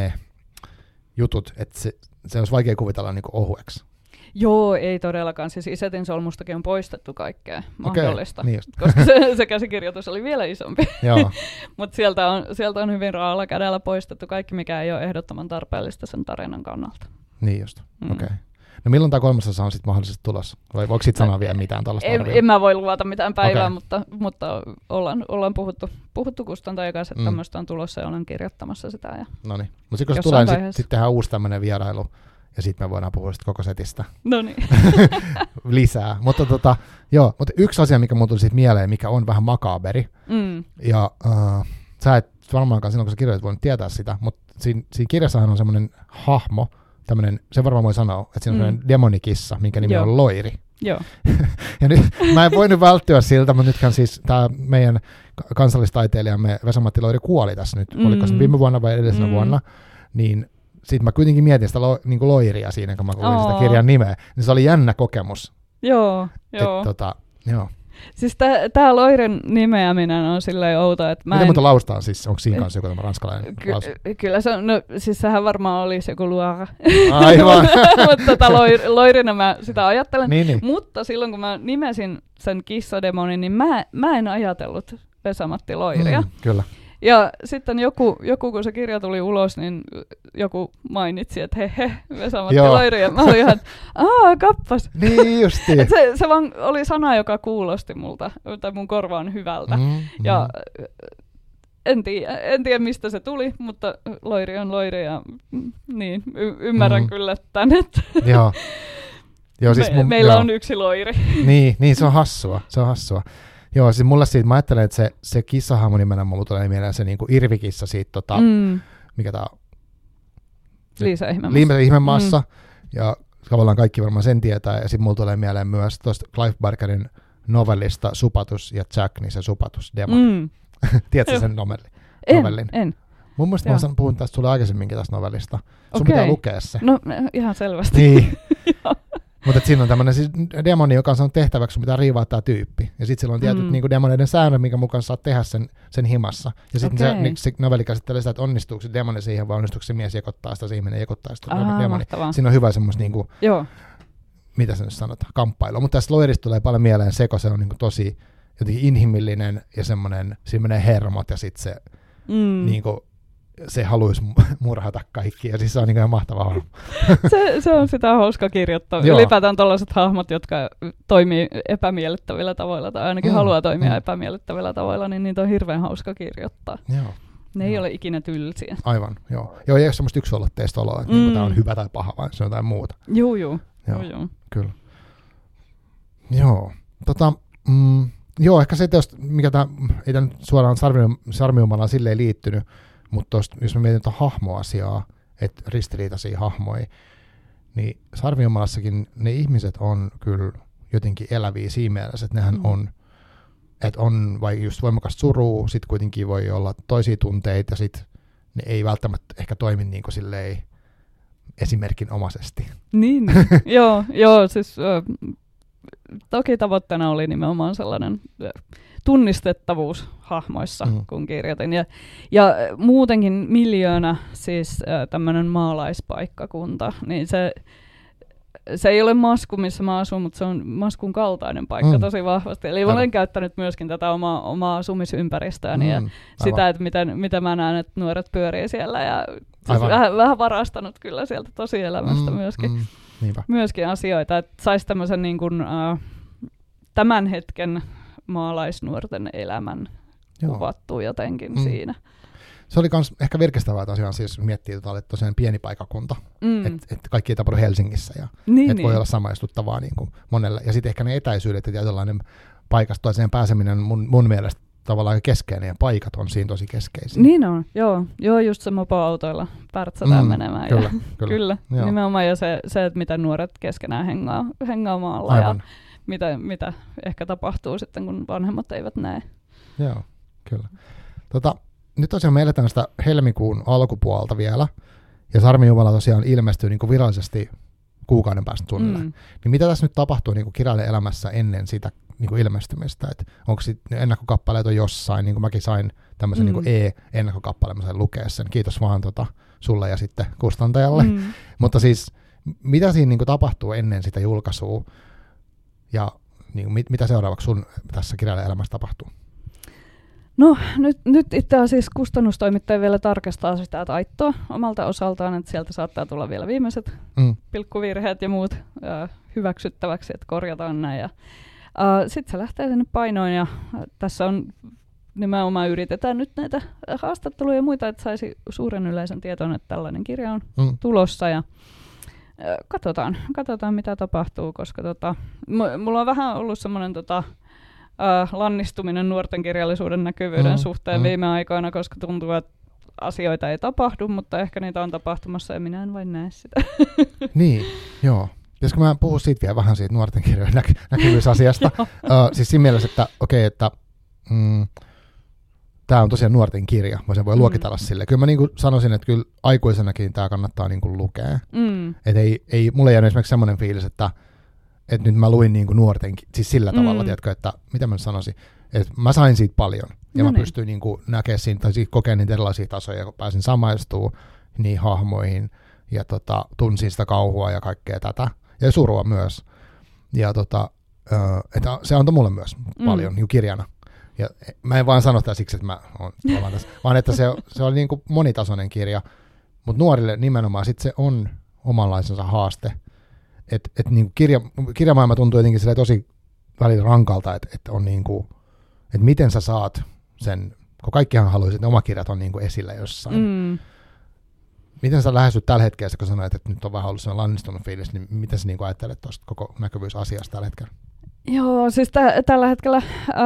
jutut, että se olisi vaikea kuvitella niinku ohueksi. Joo, ei todellakaan. Siis Isetin solmustakin on poistettu kaikkea mahdollista, niin koska se käsikirjoitus oli vielä isompi. Mutta sieltä on hyvin raalla kädellä poistettu kaikki, mikä ei ole ehdottoman tarpeellista sen tarinan kannalta. Niin just, okei. No milloin tämä 3. osa on sitten mahdollisesti tulossa? Vai voiko siitä sanoa vielä mitään tällaista arvioa? En mä voi luvata mitään päivää, mutta ollaan puhuttu kustantajan kanssa, että tämmöistä on tulossa ja olen kirjoittamassa sitä. No niin, mutta kun se tulee, niin sitten tehdään uusi tämmöinen vierailu. Ja sitten me voidaan puhua koko setistä lisää. Mutta mutta yksi asia, mikä mun tuli siitä mieleen, mikä on vähän makaaberi, ja sä et varmaankaan silloin, kun sä kirjoitat, voinut tietää sitä, mutta siinä kirjassahan on semmoinen hahmo, se varmaan voi sanoa, että siinä on semmoinen demonikissa, minkä nimi on Loiri. Joo. Ja nyt mä en voinut välttyä siltä, mutta nythän siis tämä meidän kansallistaiteilijamme Vesa-Matti Loiri kuoli tässä nyt, oliko se viime vuonna vai edellisenä vuonna, niin sitten mä kuitenkin mietin sitä niinku Loiria siinä, kun mä luin sitä kirjan nimeä, niin se oli jännä kokemus. Joo. Joo. Siis tää Loirin nimeäminen on silleen outo, että miten muuta laustaa siis? Onko siinä kanssa joku tämä ranskalainen lausu? Kyllä se on, siis sehän varmaan olisi joku luara. Aivan. Mutta Loirina mä sitä ajattelen. Niin. Mutta silloin kun mä nimesin sen kissademonin, niin mä en ajatellut Vesa-Matti Loiria. Kyllä. Ja sitten joku, kun se kirja tuli ulos, niin joku mainitsi, että Vesa-Matti Loiri. Ja mä olin ihan, kappas. Niin justiin. Se vaan oli sana, joka kuulosti multa, tai mun korvaan hyvältä. Ja en tiedä, mistä se tuli, mutta Loiri on Loiri, ja niin, ymmärrän kyllä tän, että Joo, siis meillä on yksi Loiri. Niin, se on hassua. Joo, siis mulle siitä, mä ajattelen, että se kissahahmo nimenä mulla tulee mieleen se niinku Irvikissa siitä, mikä tää on? Liisa Ihmemaassa. Ja tavallaan kaikki varmaan sen tietää. Ja sitten mulla tulee mieleen myös tuosta Clive Barkerin novellista Supatus ja Jack, niin se Supatus Demon. Tiedätkö sen novellin? En. Mun mielestä mä puhun tästä sulle aikaisemminkin tästä novellista. Sun pitää lukea se. No ihan selvästi. Niin. Mutta siinä on tämmöinen siis demoni, joka on saanut tehtäväksi, sun pitää riivaa tämä tyyppi. Ja sitten sillä on tietyt niinku demoneiden säännöt, minkä mukaan saat tehdä sen himassa. Ja sitten se novelli käsittelee sitä, että onnistuuko se demoni siihen, vai onnistuuko se mies jekottaa sitä, se ihminen jekottaa sitä demoni. Mahtavaa. Siinä on hyvä semmoista, niinku, mitä se nyt sanotaan, kamppailua. Mutta tästä Loirista tulee paljon mieleen Seko, se on niinku tosi jotenkin inhimillinen ja semmoinen hermot ja sitten se niinku, se haluaisi murhata kaikki, ja siis se on niin ihan mahtava hahmo. se on sitä hauska kirjoittaa. Ylipäätään tällaiset hahmot, jotka toimii epämiellyttävillä tavoilla, tai ainakin haluaa toimia epämiellyttävillä tavoilla, niin niitä on hirveän hauska kirjoittaa. Joo. Ne ei ole ikinä tylsiä. Aivan, joo. Joo, ei ole semmoista yksiollotteista oloa, että tämä on hyvä tai paha, vaan se on jotain muuta. Joo. Kyllä. Joo. Joo, ehkä se, mikä ei tämä suoraan Sarmiumalaan silleen liittynyt, mutta jos mä mietin tuota hahmoasiaa, että ristiriitaisia hahmoja, niin Sarviumalassakin ne ihmiset on kyllä jotenkin eläviä siinä mielessä, että nehän on, että on vaikka just voimakasta surua, sitten kuitenkin voi olla toisia tunteita, ja sitten ne ei välttämättä ehkä toimi niin kuin silleen esimerkinomaisesti. Niin. joo, siis toki tavoitteena oli nimenomaan sellainen tunnistettavuus hahmoissa, kun kirjoitin. Ja muutenkin miljoona, siis tämmöinen maalaispaikkakunta, niin se ei ole Masku, missä mä asun, mutta se on Maskun kaltainen paikka tosi vahvasti. Eli olen käyttänyt myöskin tätä omaa asumisympäristöäni ja sitä, että miten mä näen, että nuoret pyörii siellä. Ja siis vähän varastanut kyllä sieltä tosielämästä myöskin asioita, että saisi tämmöisen niin kuin, tämän hetken maalaisnuorten elämän kuvattua jotenkin siinä. Se oli myös ehkä virkistävää tosiaan, siis miettii, että tosiaan pieni paikkakunta, että kaikki ei tapahdu Helsingissä ja että voi olla samaistuttavaa niin kuin monelle. Ja sitten ehkä ne etäisyydet ja tietynlainen paikasta toiseen pääseminen mun mielestä tavallaan keskeinen ja paikat on siinä tosi keskeisiä. Niin on, joo just se mopoautoilla pärtsätään menemään. Kyllä. Nimenomaan ja se, että miten nuoret keskenään hengaa maalla. Aivan. Ja mitä ehkä tapahtuu sitten, kun vanhemmat eivät näe. Joo, kyllä. Nyt tosiaan me eletään sitä helmikuun alkupuolta vielä, ja Sarmijumala tosiaan ilmestyy niin kuin virallisesti kuukauden päästä suunnilleen. Niin mitä tässä nyt tapahtuu niin kuin kirjailijan elämässä ennen sitä niin kuin ilmestymistä? Et onko ennakkokappaleet on jossain, niin kuin mäkin sain tämmöisen niin kuin ennakkokappale, mä sain lukea sen. Kiitos vaan sulle ja sitten kustantajalle. Mutta siis mitä siinä niin kuin tapahtuu ennen sitä julkaisua? Ja niin, mitä seuraavaksi sun tässä kirjailijan elämässä tapahtuu? No nyt itse asiassa kustannustoimittaja vielä tarkastaa sitä taittoa omalta osaltaan, että sieltä saattaa tulla vielä viimeiset pilkkuvirheet ja muut hyväksyttäväksi, että korjataan näin. Sitten se lähtee sinne painoon ja tässä on nimenomaan yritetään nyt näitä haastatteluja ja muita, että saisi suuren yleisön tietoon, että tällainen kirja on tulossa ja katsotaan mitä tapahtuu, koska mulla on vähän ollut semmoinen lannistuminen nuorten kirjallisuuden näkyvyyden suhteen viime aikoina, koska tuntuu, että asioita ei tapahdu, mutta ehkä niitä on tapahtumassa ja minä en vain näe sitä. Niin, joo. Pitäisikö mä puhua siitä vielä vähän siitä nuorten kirjojen näkyvyysasiasta? Siis siinä mielessä, että että tämä on tosiaan nuorten kirja, mä sen voi luokitella sille. Kyllä mä niin sanoisin, että kyllä aikuisenakin tämä kannattaa niin lukea. Että ei mulle jäänyt esimerkiksi semmoinen fiilis, että nyt mä luin niin nuorten, siis sillä tavalla, tiedätkö, että mitä mä sanoisin, että mä sain siitä paljon ja mä pystyin niin näkemään siinä, tai kokemaan niitä erilaisia tasoja, kun pääsin samaistumaan niihin hahmoihin ja tunsin sitä kauhua ja kaikkea tätä ja surua myös. Ja että se antoi mulle myös paljon niin kirjana. Ja mä en vaan sano sitä siksi, että mä oon tässä, vaan että se oli niin kuin monitasoinen kirja, mutta nuorille nimenomaan sit se on omanlaisensa haaste. Että niin kirjamaailma tuntuu jotenkin tosi välillä rankalta, että on niin kuin, että miten sä saat sen, kun kaikkihan haluaisi, että oma kirjat on niin kuin esillä jossain. Miten sä lähestyt tällä hetkellä, kun sanoit, että nyt on vähän ollut sellainen lannistunut fiilis, niin miten sä niin kuin ajattelet tuosta koko näkyvyysasiasta tällä hetkellä? Joo, siis tällä hetkellä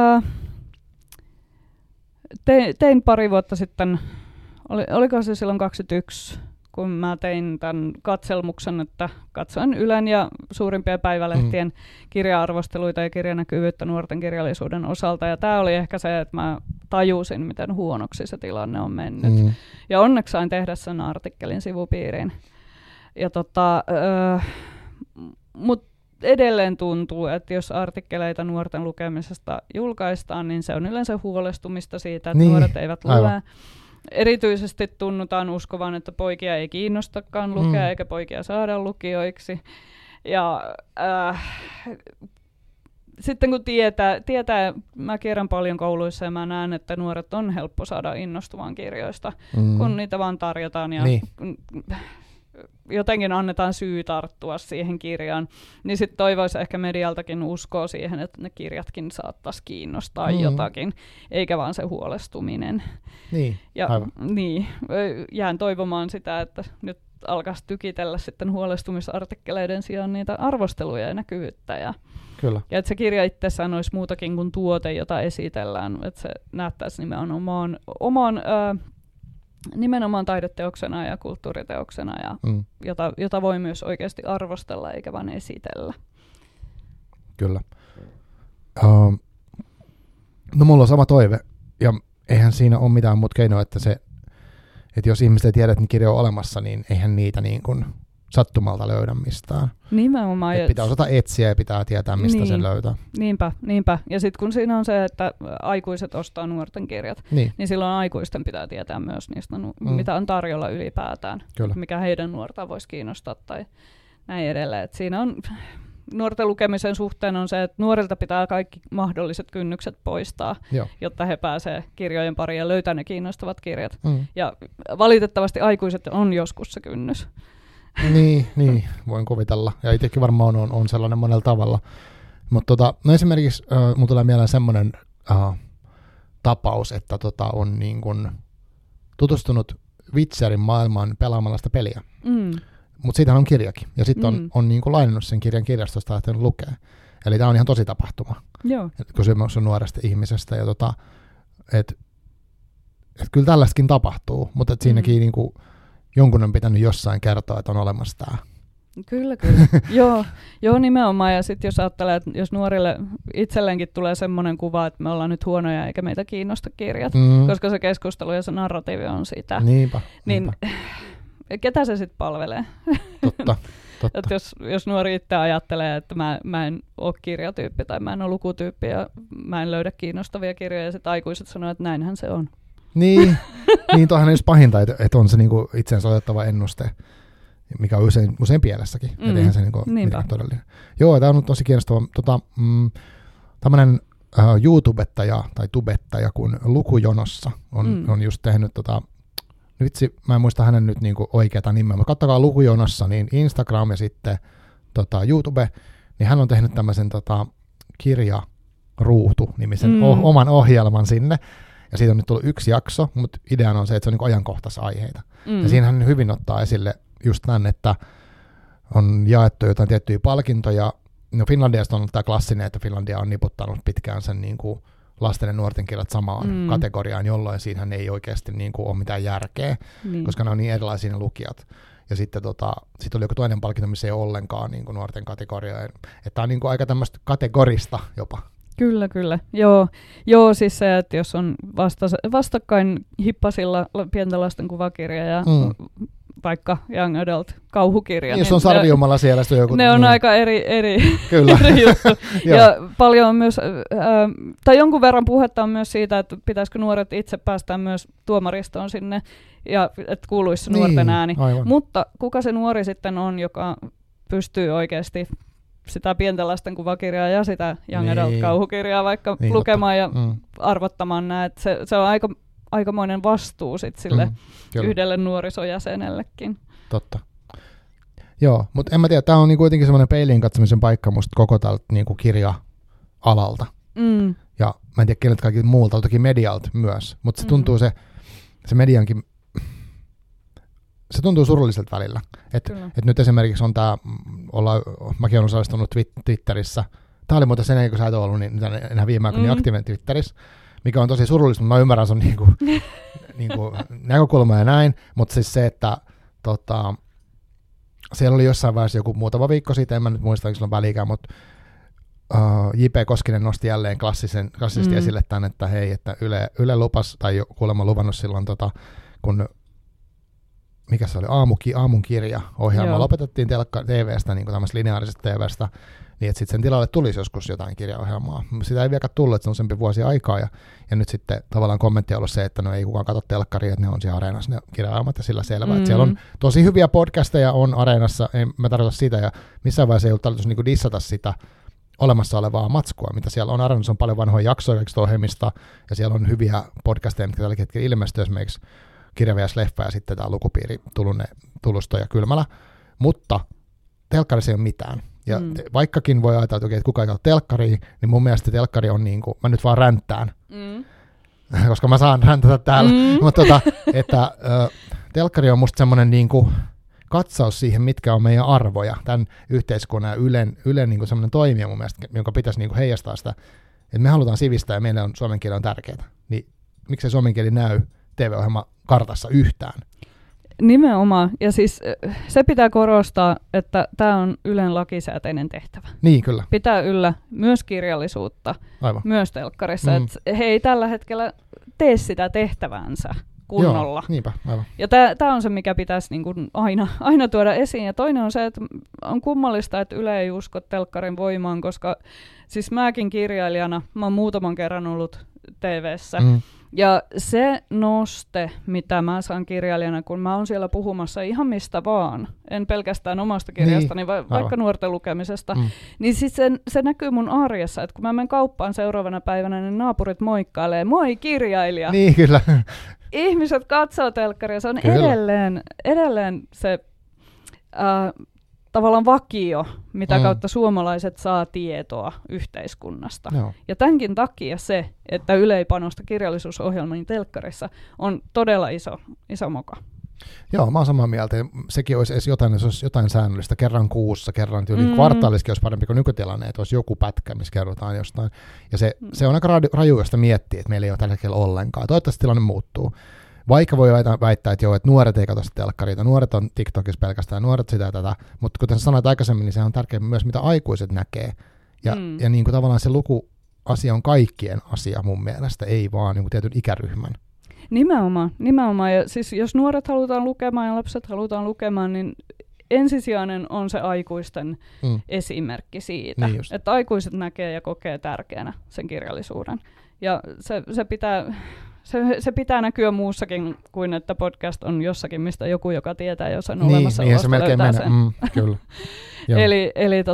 tein pari vuotta sitten, oliko se silloin 21, kun mä tein tämän katselmuksen, että katsoin Ylen ja suurimpien päivälehtien kirja-arvosteluita ja kirjanäkyvyyttä nuorten kirjallisuuden osalta. Ja tämä oli ehkä se, että mä tajusin, miten huonoksi se tilanne on mennyt. Ja onneksi sain tehdä sen artikkelin sivupiiriin. Ja mutta edelleen tuntuu, että jos artikkeleita nuorten lukemisesta julkaistaan, niin se on yleensä huolestumista siitä, että nuoret eivät lue. Erityisesti tunnutaan uskovan, että poikia ei kiinnostakaan lukea, eikä poikia saada lukijoiksi. Ja sitten kun tietää, mä kierrän paljon kouluissa ja mä näen, että nuoret on helppo saada innostumaan kirjoista, kun niitä vaan tarjotaan ja jotenkin annetaan syy tarttua siihen kirjaan, niin sitten toivoisi ehkä medialtakin uskoa siihen, että ne kirjatkin saattaisi kiinnostaa jotakin, eikä vaan se huolestuminen. Niin, ja, niin, jään toivomaan sitä, että nyt alkaisi tykitellä sitten huolestumisartikkeleiden sijaan niitä arvosteluja ja näkyvyyttä. Ja että se kirja itsessään olisi muutakin kuin tuote, jota esitellään, että se näyttäisi nimenomaan taideteoksena ja kulttuuriteoksena, ja jota voi myös oikeasti arvostella eikä vain esitellä. Kyllä. No mulla on sama toive, ja eihän siinä ole mitään muuta keinoa, että jos ihmiset ei tiedä, että kirja on olemassa, niin eihän niitä niin kuin sattumalta löydä mistään. Nimenomaan. Pitää osata etsiä ja pitää tietää, mistä sen löytää. Niinpä. Ja sitten kun siinä on se, että aikuiset ostaa nuorten kirjat, niin silloin aikuisten pitää tietää myös niistä, mitä on tarjolla ylipäätään. Kyllä. Mikä heidän nuortaan voisi kiinnostaa tai näin edelleen. Et siinä on nuorten lukemisen suhteen on se, että nuorilta pitää kaikki mahdolliset kynnykset poistaa, jotta he pääsevät kirjojen pariin ja löytää ne kiinnostavat kirjat. Ja valitettavasti aikuiset on joskus se kynnys. Niin, voin kuvitella. Ja itsekin varmaan on sellainen monella tavalla. Mutta no esimerkiksi mun tulee mieleen semmoinen tapaus, että on niin kun tutustunut Witcherin maailmaan pelaamalla sitä peliä. Mutta siitähän on kirjakin. Ja sitten on niin kun lainannut sen kirjan kirjastosta, että lukee. Eli tämä on ihan tosi tapahtuma. Joo. Kysymys on nuoresta ihmisestä. Ja et kyllä tällaistakin tapahtuu, mutta siinäkin niin kun jonkun on pitänyt jossain kertoa, että on olemassa tämä. Kyllä. Joo, nimenomaan. Ja sitten jos ajattelee, että jos nuorille itselleenkin tulee semmoinen kuva, että me ollaan nyt huonoja eikä meitä kiinnosta kirjat, koska se keskustelu ja se narratiivi on sitä. Niinpä. Niin ketä se sitten palvelee? Totta. Että jos nuori itse ajattelee, että mä en ole kirjatyyppi tai mä en ole lukutyyppi ja mä en löydä kiinnostavia kirjoja, ja sitten aikuiset sanoo, että näinhän se on. Niin toihan on just pahinta, että on se niinku itsensä otettava ennuste, mikä on usein pielessäkin. Että eihän se niinku mikään todellinen. Joo, tämä on tosi kiinnostava. Tämmöinen YouTubettaja tai tubettaja kuin Lukujonossa on just tehnyt vitsi, mä en muista hänen nyt niinku oikeata nimeä, mutta katsokaa Lukujonossa, niin Instagram ja sitten YouTube, niin hän on tehnyt tämmöisen kirjaruutu-nimisen oman ohjelman sinne. Ja siitä on nyt tullut 1 jakso, mutta ideana on se, että se on niin ajankohtaisia aiheita. Ja siinä hän hyvin ottaa esille just tämän, että on jaettu jotain tiettyjä palkintoja. No Finlandiasta on ollut tämä klassinen, että Finlandia on niputtanut pitkään sen niin kuin lasten ja nuorten kirjat samaan kategoriaan, jolloin siinähän ei oikeasti niin kuin ole mitään järkeä, koska ne on niin erilaisia ne lukijat. Ja sitten sit oli joku toinen palkinto, missä ei ole ollenkaan niin kuin nuorten kategoriaa. Että tämä on niin kuin aika tämmöistä kategorista jopa. Kyllä. Joo, siis se, että jos on vastakkain hippasilla pienten lasten kuvakirja ja vaikka young adult kauhukirja. Jos on sarviumalla siellä. Joku, ne on aika eri Kyllä. eri juttu. Ja paljon on myös, tai jonkun verran puhetta on myös siitä, että pitäisikö nuoret itse päästää myös tuomaristoon sinne, ja että kuuluisi nuorten ääni. Aivan. Mutta kuka se nuori sitten on, joka pystyy oikeasti sitä pienten lasten kuvakirjaa ja sitä young adult kauhukirjaa vaikka lukemaan ja arvottamaan näet. Se on aikamoinen vastuu sit sille yhdelle nuorisojäsenellekin. Totta. Joo, mutta en mä tiedä, tämä on kuitenkin semmoinen peiliin katsomisen paikka musta koko tältä kirja-alalta. Ja mä en tiedä keneltä kaikilta muulta, toki medialta myös, mutta se tuntuu se mediankin, se tuntuu surulliselta välillä. Et nyt esimerkiksi on tämä, mäkin olen osallistunut Twitterissä. Tämä oli muuten sen jälkeen, kun sä et ole ollut niin enää viime aikoina niin aktiivinen Twitterissä, mikä on tosi surullista, mutta mä ymmärrän sun näkökulma ja näin, mutta siis se, että siellä oli jossain vaiheessa joku muutama viikko siitä, en mä nyt muista, onko sillä on väliikään, mutta J.P. Koskinen nosti jälleen klassisesti esille tämän, että hei, että Yle lupas, tai kuulemma luvannut silloin, kun mikä se oli, aamun kirja-ohjelma. Joo. Lopetettiin TVstä, niin kuin tämmöistä lineaarisesta TVstä, niin että sitten sen tilalle tulisi joskus jotain kirjaohjelmaa. Sitä ei vieläkään tullut, että se on useampi vuosi aikaa, ja nyt sitten tavallaan kommentti on ollut se, että no ei kukaan katso telkkaria, että ne on siellä Areenassa ne kirjaohjelmat, ja sillä selvä. Että siellä on tosi hyviä podcasteja on Areenassa, ei mä tarkoita sitä, ja missään vaiheessa ei ollut tarkoitus niin kuin dissata sitä olemassa olevaa matskua, mitä siellä on. Areenassa on paljon vanhoja jaksoja kaikista ohjelmista, ja siellä on hyviä podcasteja, mitkä tällä hetkellä ilmestyy esimerkiksi Kirja vs. Leffa ja sitten tämä Lukupiiri, Tulusto ja Kylmälä, mutta telkkarissa ei ole mitään. Ja vaikkakin voi ajatella, että, okei, että kukaan ei katso telkkaria, niin mun mielestä telkkari on niin kuin, mä nyt vaan ränttään, koska mä saan räntätä täällä, mutta että telkkari on musta semmoinen niin kuin katsaus siihen, mitkä on meidän arvoja, tämän yhteiskunnan ja Ylen niin kuin semmoinen toimija mun mielestä, jonka pitäisi niin kuin heijastaa sitä, että me halutaan sivistää ja meille on suomen kieli on tärkeää, niin miksei suomen kieli näy TV-ohjelma kartassa yhtään? Nimenomaan. Ja siis se pitää korostaa, että tämä on Ylen lakisääteinen tehtävä. Niin, kyllä. Pitää yllä myös kirjallisuutta, aivan, myös telkkarissa. Et he ei tällä hetkellä tee sitä tehtäväänsä kunnolla. Joo, niinpä, aivan. Ja tämä on se, mikä pitäisi niinku aina tuoda esiin. Ja toinen on se, että on kummallista, että Yle ei usko telkkarin voimaan, koska siis mäkin kirjailijana, mä oon muutaman kerran ollut TV:ssä, ja se noste, mitä mä saan kirjailijana, kun mä oon siellä puhumassa ihan mistä vaan, en pelkästään omasta kirjastani, vaikka nuorten lukemisesta, niin sit se näkyy mun arjessa, että kun mä menen kauppaan seuraavana päivänä, niin naapurit moikkailee, moi kirjailija! Niin, kyllä. Ihmiset katsoo telkkaria, se on edelleen se tavallaan vakio, mitä kautta suomalaiset saa tietoa yhteiskunnasta. Joo. Ja tämänkin takia se, että Yle ei panosta kirjallisuusohjelmiin telkkarissa, on todella iso moka. Joo, mä oon samaa mieltä. Sekin olisi edes jotain säännöllistä. Kerran kuussa, kerran kvartaaliskin olisi parempi kuin nykytilanne, että olisi joku pätkä, missä kerrotaan jostain. Ja se on aika raju, josta miettiä, että meillä ei ole tällä hetkellä ollenkaan. Toivottavasti tilanne muuttuu. Vaikka voi väittää, että nuoret ei katso telkkaria, nuoret on TikTokissa pelkästään, nuoret sitä ja tätä, mutta kuten sanoit aikaisemmin, niin se on tärkeää myös, mitä aikuiset näkee. Ja niin kuin tavallaan se lukuasia on kaikkien asia mun mielestä, ei vaan niin kuin tietyn ikäryhmän. Nimenomaan. Ja siis jos nuoret halutaan lukemaan ja lapset halutaan lukemaan, niin ensisijainen on se aikuisten esimerkki siitä, niin että aikuiset näkee ja kokee tärkeänä sen kirjallisuuden. Ja se pitää näkyä muussakin kuin, että podcast on jossakin, mistä joku, joka tietää jo sen olemassaolosta, löytää sen. Kyllä. eli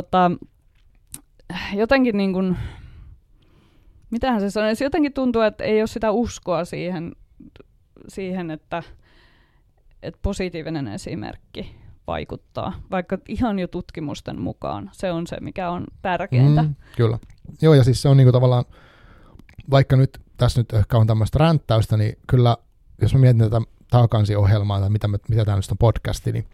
jotenkin niin kuin, mitähän se sanoo, jotenkin tuntuu, että ei ole sitä uskoa siihen että positiivinen esimerkki vaikuttaa, vaikka ihan jo tutkimusten mukaan se on se, mikä on tärkeintä. Kyllä. Joo, ja siis se on niinku tavallaan, vaikka tässä nyt ehkä on tämmöistä ränttäystä, niin kyllä, jos mä mietin tätä Taakansi-ohjelmaa tai mitä tämä nyt on podcasti, niin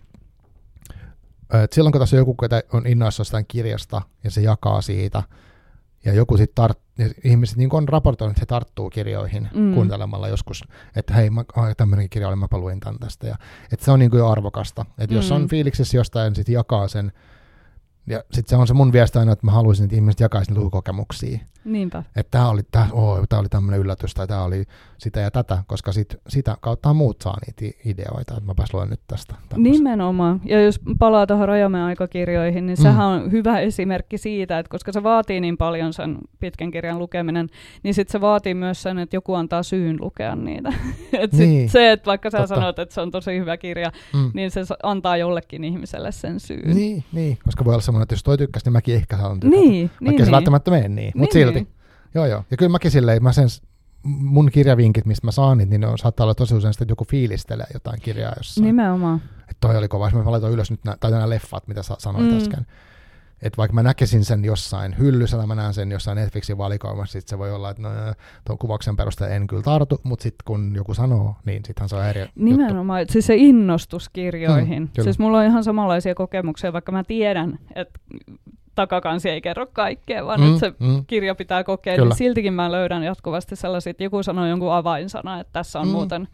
silloin kun tässä on joku, ketä on innoissa jostain kirjasta ja se jakaa siitä, ja joku sitten ihmiset niin on raportoinut, että he tarttuu kirjoihin kuuntelemalla joskus, että hei, tämmöinenkin kirja oli, mäpä luin tämän tästä. Ja, että se on niin kuin jo arvokasta. Että jos on fiiliksessä jostain, sitten jakaa sen. Ja sitten se on se mun viesti aina, että mä haluaisin, että ihmiset jakaisivat lukukokemuksia. Niinpä. Että tämä oli tämmöinen yllätys tai tämä oli sitä ja tätä, koska sitä kautta muut saa niitä ideoita, että mäpäs luen nyt tästä. Nimenomaan. Ja jos palaa tuohon Rajamäen aikakirjoihin, niin sehän on hyvä esimerkki siitä, että koska se vaatii niin paljon sen pitkän kirjan lukeminen, niin sitten se vaatii myös sen, että joku antaa syyn lukea niitä. Se, että vaikka sä sanot, että se on tosi hyvä kirja, niin se antaa jollekin ihmiselle sen syyn. Niin, koska voi olla semmoinen, että jos toi tykkäsi, niin mäkin ehkä sanon tykätä. Vaikka se välttämättä mene niin, mutta silti. Joo. Ja kyllä mäkin silleen, mun kirjavinkit, mistä mä saan, niin ne saattaa olla tosi usein, että joku fiilistelee jotain kirjaa jossain. Nimenomaan. Että toi oli kova, jos mä laitoin ylös nyt nämä leffat, mitä sanoit äsken. Että vaikka mä näkisin sen jossain hyllyssä tai mä näen sen jossain Netflixin valikoimassa, sit se voi olla, että tuon kuvauksen perusteella en kyllä tartu, mutta sitten kun joku sanoo, niin sittenhän se on eri Nimenomaan, juttu. Siis se innostus kirjoihin. Siis mulla on ihan samanlaisia kokemuksia, vaikka mä tiedän, että takakansi ei kerro kaikkea, vaan että se kirja pitää kokea, niin siltikin mä löydän jatkuvasti sellaisia, että joku sanoo jonkun avainsana, että tässä on muuten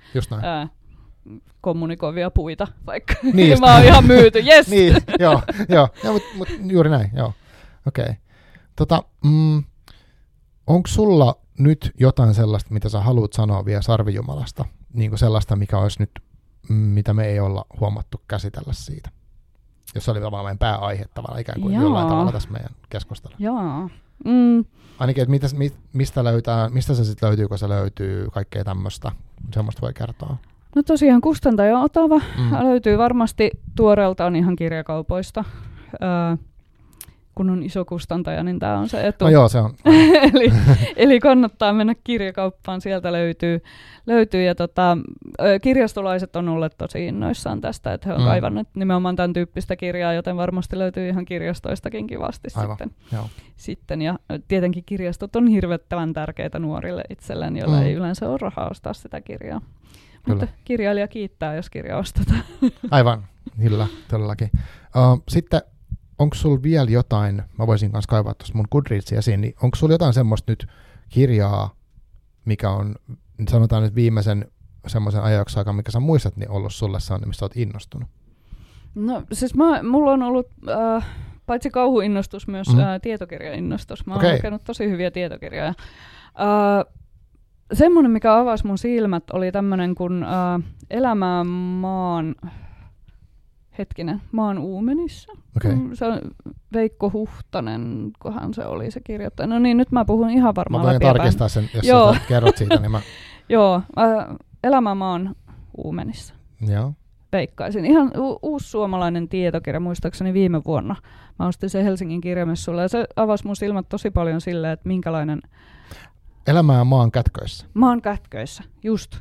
kommunikoivia puita, vaikka niin mä oon ihan myyty, yes! Niin, joo, mutta juuri näin, joo. Okei. Onko sulla nyt jotain sellaista, mitä sä haluat sanoa vielä Sarvijumalasta? Niin kuin sellaista, mikä olisi nyt mitä me ei olla huomattu käsitellä siitä. Jos se oli tavallaan meidän pääaihe tavallaan ikään kuin jollain tavalla tässä meidän keskustelussa. Joo. Ainakin, että mistä se sitten löytyy, kun se löytyy, kaikkea tämmöistä. Semmoista voi kertoa. No tosiaan kustantaja Otava löytyy varmasti tuoreeltaan ihan kirjakaupoista. Kun on iso kustantaja, niin tämä on se etu. No joo, se on. eli kannattaa mennä kirjakauppaan, sieltä löytyy ja kirjastolaiset on olleet tosi innoissaan tästä, että he on kaivanneet nimenomaan tämän tyyppistä kirjaa, joten varmasti löytyy ihan kirjastoistakin kivasti sitten. Ja tietenkin kirjastot on hirvettävän tärkeitä nuorille itselleen, joilla ei yleensä ole rahaa ostaa sitä kirjaa. Kyllä. Mutta kirjailija kiittää, jos kirja ostetaan. Aivan, kyllä, todellakin. Sitten onko sulla vielä jotain, mä voisin kanssa kaivaa tuossa mun Goodreadsia esiin, niin onko sulla jotain semmoista nyt kirjaa, mikä on, sanotaan nyt viimeisen semmoisen ajaksi aikaan, mikä sä muistat, niin ollut sulle sellainen, mistä olet innostunut? No siis mulla on ollut paitsi kauhuinnostus, myös tietokirjainnostus. Mä oon lukenut tosi hyviä tietokirjoja. Semmoinen, mikä avasi mun silmät, oli tämmöinen kuin Elämää maan uumenissa. Okay. Se on Veikko Huhtanen, kohan se oli se kirjoittaja. No niin, nyt mä puhun ihan varmaan läpi. Mä voin tarkistaa sen, jos sä kerrot siitä. Niin mä... Joo, Elämä maan uumenissa. Joo. Veikkaisin. Ihan uusi suomalainen tietokirja, muistaakseni viime vuonna. Mä ostin sen Helsingin kirjamessuilla ja se avasi mun silmät tosi paljon silleen, että minkälainen... Elämää maan kätköissä. Maan kätköissä, just.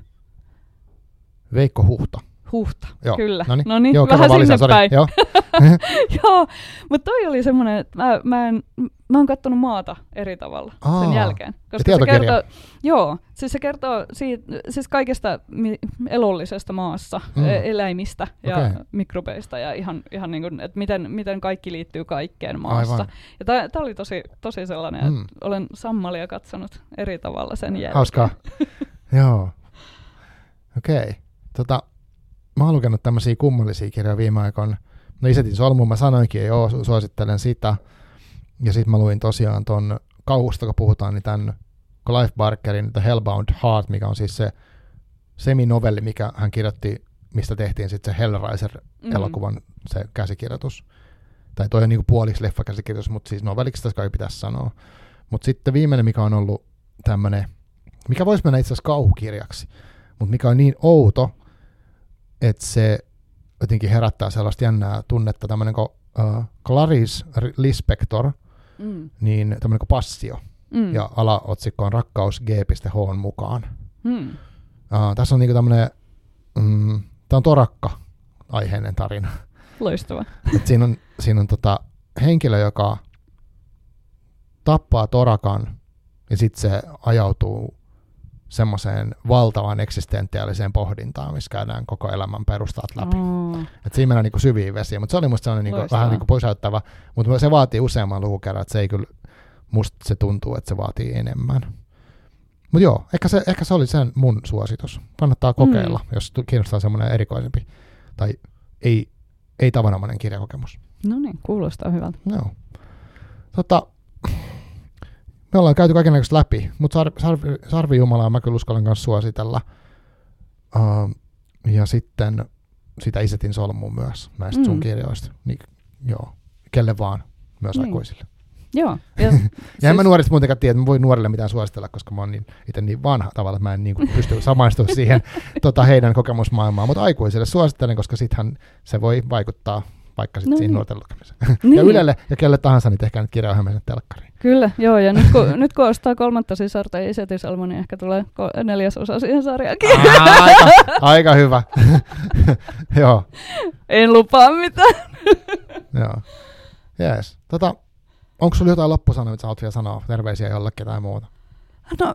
Veikko Huhta. Huhta, joo. Kyllä. Noniin, vähän sinne päin. Joo, joo, mutta toi oli semmoinen, että mä oon kattonut Maata eri tavalla sen jälkeen. Koska se kertoo, se kertoo siis kaikesta elollisesta maassa, eläimistä ja mikrobeista ja ihan niin kuin, että miten kaikki liittyy kaikkeen maassa. Aivan. Ja tää oli tosi sellainen, että olen Sammalia katsonut eri tavalla sen jälkeen. Hauskaa. Joo. Okei. Mä oon lukenut tämmöisiä kummallisia kirjoja viime aikoina. No Isetin solmu, mä sanoinkin, että suosittelen sitä. Ja sit mä luin tosiaan ton kauhusta, kun puhutaan, niin tämän Clive Barkerin The Hellbound Heart, mikä on siis se seminovelli, mikä hän kirjoitti, mistä tehtiin sitten se Hellraiser-elokuvan se käsikirjoitus. Tai toi on niinku puoliksi leffakäsikirjoitus, mutta siis novelliksi tässä kai pitäisi sanoa. Mutta sitten viimeinen, mikä on ollut tämmönen, mikä voisi mennä itse asiassa kauhukirjaksi, mutta mikä on niin outo, että se jotenkin herättää sellaista jännää tunnetta, tämmöinen kuin Clarice Lispector, niin tämmöinen kuin Passio, ja alaotsikko on Rakkaus G.H. mukaan. Tässä on niinku tämmöinen, tämä on torakka-aiheinen tarina. Loistava. Et siinä on henkilö, joka tappaa torakan, ja sitten se ajautuu semmoiseen valtavaan eksistentiaaliseen pohdintaan, missä käydään koko elämän perustat läpi. Et siinä mennään niinku syviin vesiin, mutta se oli musta sellainen niinku vähän niinku pysäyttävä, mutta se vaatii useamman lukukerran, että se ei kyllä, musta se tuntuu, että se vaatii enemmän. Mutta joo, ehkä se oli sen mun suositus. Kannattaa kokeilla, jos kiinnostaa semmoinen erikoisempi tai ei tavanomainen kirjakokemus. No niin, kuulostaa hyvältä. Joo. Me ollaan käyty kaikenlaista läpi, mutta Sarvijumalaa mä kyllä uskallan kanssa suositella. Ja sitten sitä Isetin solmuun myös näistä sun kirjoista. Niin, joo, kelle vaan, myös aikuisille. Joo. Ja en mä nuorista muutenkaan tiedä, että mä voin nuorille mitään suositella, koska mä oon itse niin vanha tavalla, että mä en niin pysty samaistumaan siihen heidän kokemusmaailmaan. Mutta aikuisille suosittelen, koska sittenhän se voi vaikuttaa vaikka sitten siihen nuorten lukemiseen. Niin. Ja Ylelle ja kelle tahansa, niin tehkää nyt kirjaohjelmia telkkariin. Kyllä, joo, ja nyt kun ostaa 3. sisarta ja Isetin solmu, niin ehkä tulee 4. osa siihen sarjaankin. Aika hyvä. Joo. En lupaa mitään. Joo. Jees. Onko sulla jotain loppusanoja, mitä sä haluat vielä sanoa? Terveisiä jollekin tai muuta? No,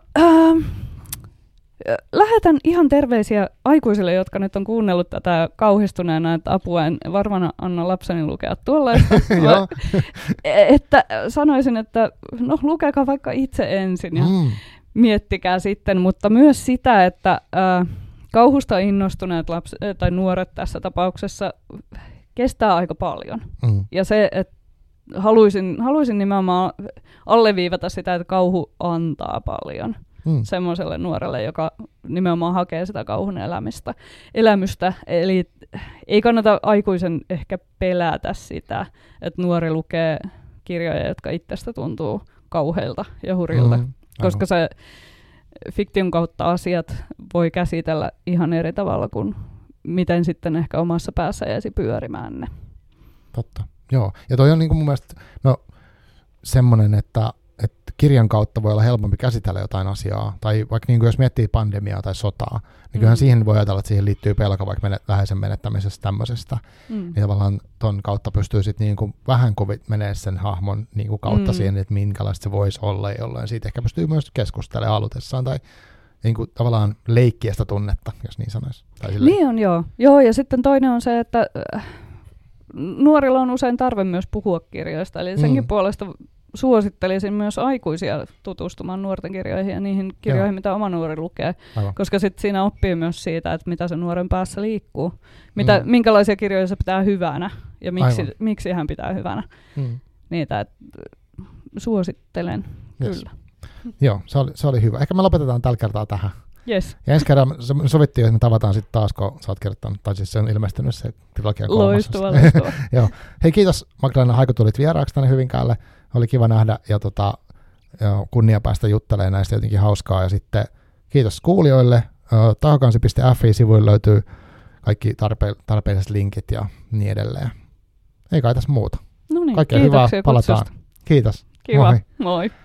lähetän ihan terveisiä aikuisille, jotka nyt on kuunnellut tätä kauhistuneena, että apua en varmaan anna lapseni lukea tuollaista. Että sanoisin, että no lukekaa vaikka itse ensin ja miettikää sitten, mutta myös sitä, että kauhusta innostuneet lapset tai nuoret tässä tapauksessa kestää aika paljon. Ja se, että haluaisin nimenomaan alleviivata sitä, että kauhu antaa paljon. semmoiselle nuorelle, joka nimenomaan hakee sitä kauhun elämystä. Eli ei kannata aikuisen ehkä pelätä sitä, että nuori lukee kirjoja, jotka itsestä tuntuu kauheilta ja hurjilta, koska se fiktion kautta asiat voi käsitellä ihan eri tavalla kuin miten sitten ehkä omassa päässä jäisi pyörimään ne. Totta, joo. Ja toi on niin kuin mun mielestä semmoinen, että kirjan kautta voi olla helpompi käsitellä jotain asiaa, tai vaikka niin kuin jos miettii pandemiaa tai sotaa, niin kyllähän siihen voi ajatella, että siihen liittyy pelko vaikka läheisen menettämisestä tämmöisestä, niin tavallaan ton kautta pystyy sitten niin kuin vähän menee sen hahmon niin kuin kautta siihen, että minkälaista se voisi olla, jolloin siitä ehkä pystyy myös keskustelemaan halutessaan, tai niin kuin tavallaan leikkiä sitä tunnetta, jos niin sanoisi. Niin on, joo. Joo, ja sitten toinen on se, että nuorilla on usein tarve myös puhua kirjoista, eli senkin puolesta suosittelisin myös aikuisia tutustumaan nuorten kirjoihin ja niihin kirjoihin, mitä oma nuori lukee, koska sitten siinä oppii myös siitä, että mitä se nuoren päässä liikkuu, minkälaisia kirjoja se pitää hyvänä ja miksi hän pitää hyvänä. Niitä suosittelen kyllä. Joo, se oli hyvä. Ehkä me lopetetaan tällä kertaa tähän. Yes. Ja ensi kerran sovittiin, että me tavataan sitten taas, kun sä oot kirjoittanut, tai siis se on ilmestynyt se trilogian 3. Loistava. Joo. Hei, kiitos Magdalena Haiku, tulit vieraaksi tänne Hyvinkäälle. Oli kiva nähdä ja kunnia päästä juttelemaan näistä, jotenkin hauskaa. Ja sitten kiitos kuulijoille. Tahokansi.fi-sivuilla löytyy kaikki tarpeelliset linkit ja niin edelleen. Ei kai tässä muuta. No niin, kaikkea hyvää, palataan. Kiitos. Kiva, moi.